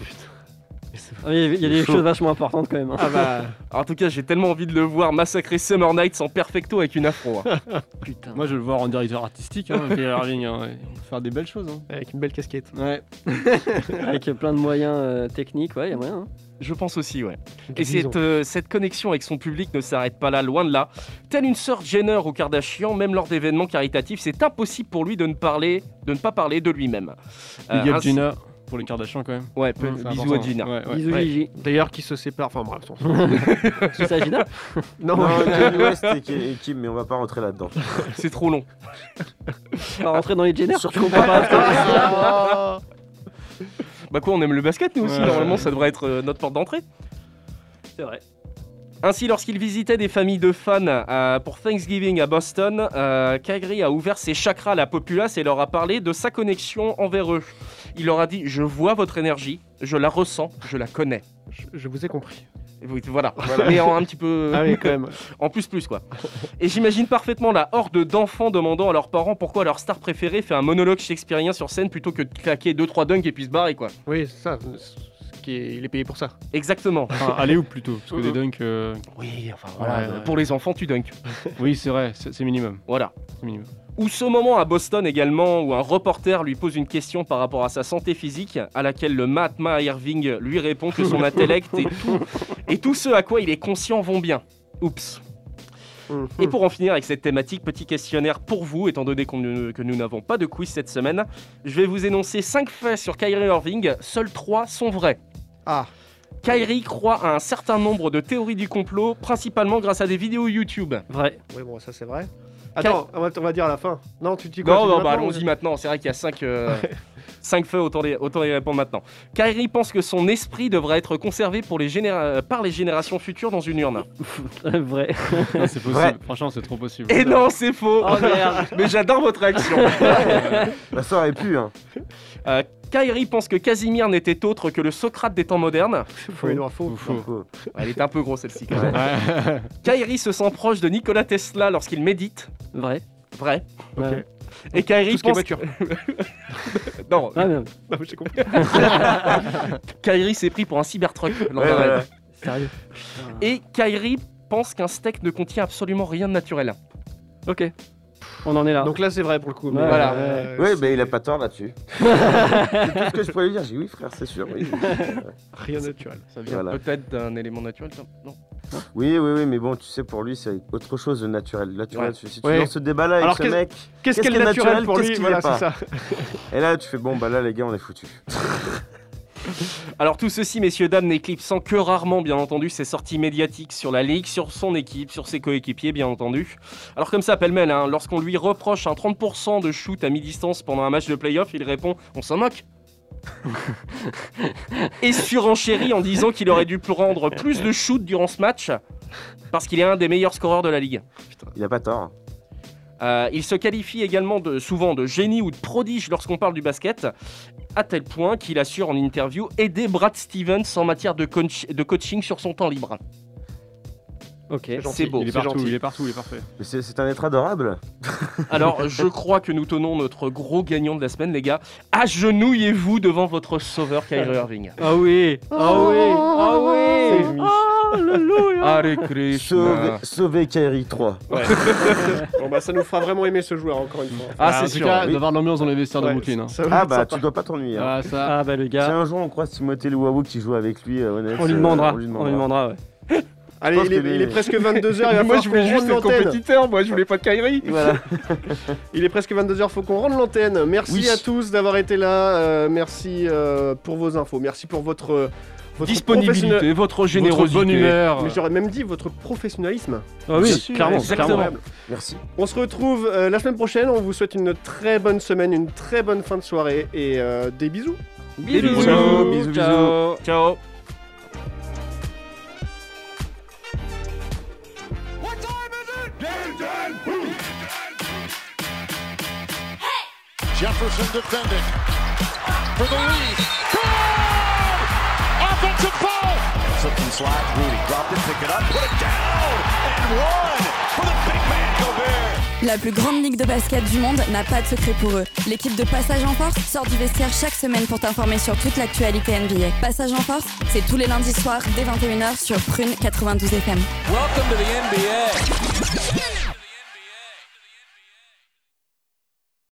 Speaker 9: Il y a des choses vachement importantes quand même. Hein.
Speaker 10: Ah bah, en tout cas, j'ai tellement envie de le voir massacrer Summer Nights en perfecto avec une afro. Hein.
Speaker 7: Putain. Moi, je veux le voir en directeur artistique, hein, Irving, hein, faire des belles choses. Hein.
Speaker 6: Avec une belle casquette.
Speaker 7: Ouais.
Speaker 9: Avec plein de moyens techniques, ouais, il y a moyen. Hein.
Speaker 10: Je pense aussi, ouais. Et cette connexion avec son public ne s'arrête pas là, loin de là. Telle une sœur Jenner ou Kardashian, même lors d'événements caritatifs, c'est impossible pour lui de ne pas parler de lui-même.
Speaker 7: Big up Jenner. Pour les Kardashians quand même.
Speaker 10: Ouais, bisous à Gina.
Speaker 7: Ouais.
Speaker 9: Bisous Gigi.
Speaker 6: D'ailleurs, qui se séparent. Enfin bref.
Speaker 9: C'est ça Gina ?
Speaker 8: Non, Kanye West et Kim, mais on va pas rentrer là-dedans.
Speaker 10: C'est trop long.
Speaker 9: On va rentrer dans les Jenner.
Speaker 10: Surtout pas. Bah quoi, on aime le basket nous aussi. Normalement, ça devrait être notre porte d'entrée.
Speaker 9: C'est vrai.
Speaker 10: Ainsi, lorsqu'il visitait des familles de fans pour Thanksgiving à Boston, Kyrie a ouvert ses chakras à la populace et leur a parlé de sa connexion envers eux. Il leur a dit « Je vois votre énergie, je la ressens, je la connais. »
Speaker 6: Je vous ai compris.
Speaker 10: Voilà. Mais en un petit peu...
Speaker 6: Ah oui, quand même.
Speaker 10: En plus, quoi. Et j'imagine parfaitement la horde d'enfants demandant à leurs parents pourquoi leur star préférée fait un monologue shakespearien sur scène plutôt que de claquer 2-3 dunks et puis se barrer, quoi.
Speaker 6: Oui, c'est ça. Il est payé pour ça.
Speaker 10: Exactement.
Speaker 7: Enfin, allez où plutôt, parce que des dunks...
Speaker 10: Oui, enfin voilà, pour les enfants, tu dunks.
Speaker 7: Oui, c'est vrai, c'est minimum.
Speaker 10: Voilà.
Speaker 7: C'est minimum.
Speaker 10: Ou ce moment à Boston également, où un reporter lui pose une question par rapport à sa santé physique, à laquelle le Mahatma Irving lui répond que son intellect et tout ce à quoi il est conscient vont bien. Oups. Et pour en finir avec cette thématique, petit questionnaire pour vous, étant donné que nous n'avons pas de quiz cette semaine. Je vais vous énoncer 5 faits sur Kyrie Irving, seuls 3 sont vrais. Kyrie croit à un certain nombre de théories du complot, principalement grâce à des vidéos YouTube.
Speaker 9: Vrai.
Speaker 6: Oui, bon, ça c'est vrai. Attends, on va dire à la fin. Non, tu dis quoi?
Speaker 10: Non, allons-y maintenant. C'est vrai qu'il y a 5 feux, autant y répondre maintenant. Kyrie pense que son esprit devrait être conservé par les générations futures dans une urne.
Speaker 9: Vrai.
Speaker 7: Non, c'est possible. Vrai. Franchement, c'est trop possible.
Speaker 10: Et non, c'est faux. Oh merde. Mais j'adore votre réaction.
Speaker 8: Ça aurait pu, hein.
Speaker 10: Kyrie pense que Casimir n'était autre que le Socrate des temps modernes.
Speaker 6: Faux.
Speaker 10: Elle est un peu grosse celle-ci quand même. Kyrie se sent proche de Nikola Tesla lorsqu'il médite.
Speaker 9: Vrai.
Speaker 10: Okay. Et Kyrie pense... non, j'ai compris. Kyrie s'est pris pour un Cybertruck.
Speaker 9: Sérieux.
Speaker 10: Et Kyrie pense qu'un steak ne contient absolument rien de naturel.
Speaker 9: Ok. On en est là.
Speaker 6: Donc là, c'est vrai pour le coup.
Speaker 10: Mais voilà.
Speaker 8: Mais il a pas tort là-dessus. C'est tout ce que je pourrais lui dire. J'ai dit oui, frère, c'est sûr. Oui.
Speaker 6: Rien naturel.
Speaker 10: Ça vient peut-être d'un élément naturel, ça ? Non.
Speaker 8: Oui, mais bon, tu sais, pour lui, c'est autre chose de naturel. Si tu lances ce débat-là avec ce mec,
Speaker 6: qu'est-ce qu'est le naturel pour lui ? Voilà, c'est ça.
Speaker 8: Et là, tu fais bon, bah là, les gars, on est foutus.
Speaker 10: Alors tout ceci, messieurs, dames, n'éclipsant que rarement, bien entendu, ses sorties médiatiques sur la Ligue, sur son équipe, sur ses coéquipiers, bien entendu. Alors comme ça, pêle-mêle, lorsqu'on lui reproche un 30% de shoot à mi-distance pendant un match de play-off, il répond « on s'en moque ». Et surenchérit en disant qu'il aurait dû prendre plus de shoot durant ce match, parce qu'il est un des meilleurs scoreurs de la Ligue.
Speaker 8: Putain, il a pas tort.
Speaker 10: Il se qualifie également souvent de génie ou de prodige lorsqu'on parle du basket, à tel point qu'il assure en interview aider Brad Stevens en matière de coaching sur son temps libre.
Speaker 9: Ok,
Speaker 10: c'est beau.
Speaker 7: Il est partout, il est parfait.
Speaker 8: Mais c'est un être adorable.
Speaker 10: Alors, je crois que nous tenons notre gros gagnant de la semaine, les gars. Agenouillez-vous devant votre sauveur Kyrie Irving.
Speaker 9: Ah oui.
Speaker 10: Hare Krishna.
Speaker 8: Sauver Kyrie 3.
Speaker 6: Ouais. Bon bah ça nous fera vraiment aimer ce joueur encore une fois.
Speaker 10: C'est sûr.
Speaker 7: En tout cas, d'avoir l'ambiance dans les vestiaires de Brooklyn.
Speaker 8: Tu dois pas t'ennuyer. Hein.
Speaker 9: Le gars.
Speaker 8: Si un jour on croise Timothée Luwawu qui joue avec lui,
Speaker 9: on lui demandera. Ouais.
Speaker 6: Allez, il est presque 22h.
Speaker 10: Moi je voulais juste être compétiteur, moi je voulais pas de Kyrie.
Speaker 6: Voilà. Il est presque 22h, faut qu'on rende l'antenne. Merci à tous d'avoir été là. Merci pour vos infos. Merci pour votre
Speaker 10: disponibilité, votre générosité,
Speaker 6: votre bonne humeur. Mais j'aurais même dit votre professionnalisme.
Speaker 9: Ah oui, clairement.
Speaker 8: Merci.
Speaker 6: On se retrouve la semaine prochaine. On vous souhaite une très bonne semaine, une très bonne fin de soirée et des bisous.
Speaker 10: Bisous. Ciao.
Speaker 1: Jefferson defending for the lead. Good! Offensive foul! Slip and slide. Rudy dropped it, pick it up, put it down, and one for the big man Gobert.
Speaker 5: La plus grande ligue de basket du monde n'a pas de secret pour eux. L'équipe de Passage en Force sort du vestiaire chaque semaine pour t'informer sur toute l'actualité NBA. Passage en Force, c'est tous les lundis soirs dès 21h sur Prune 92 FM.
Speaker 4: Welcome to the NBA.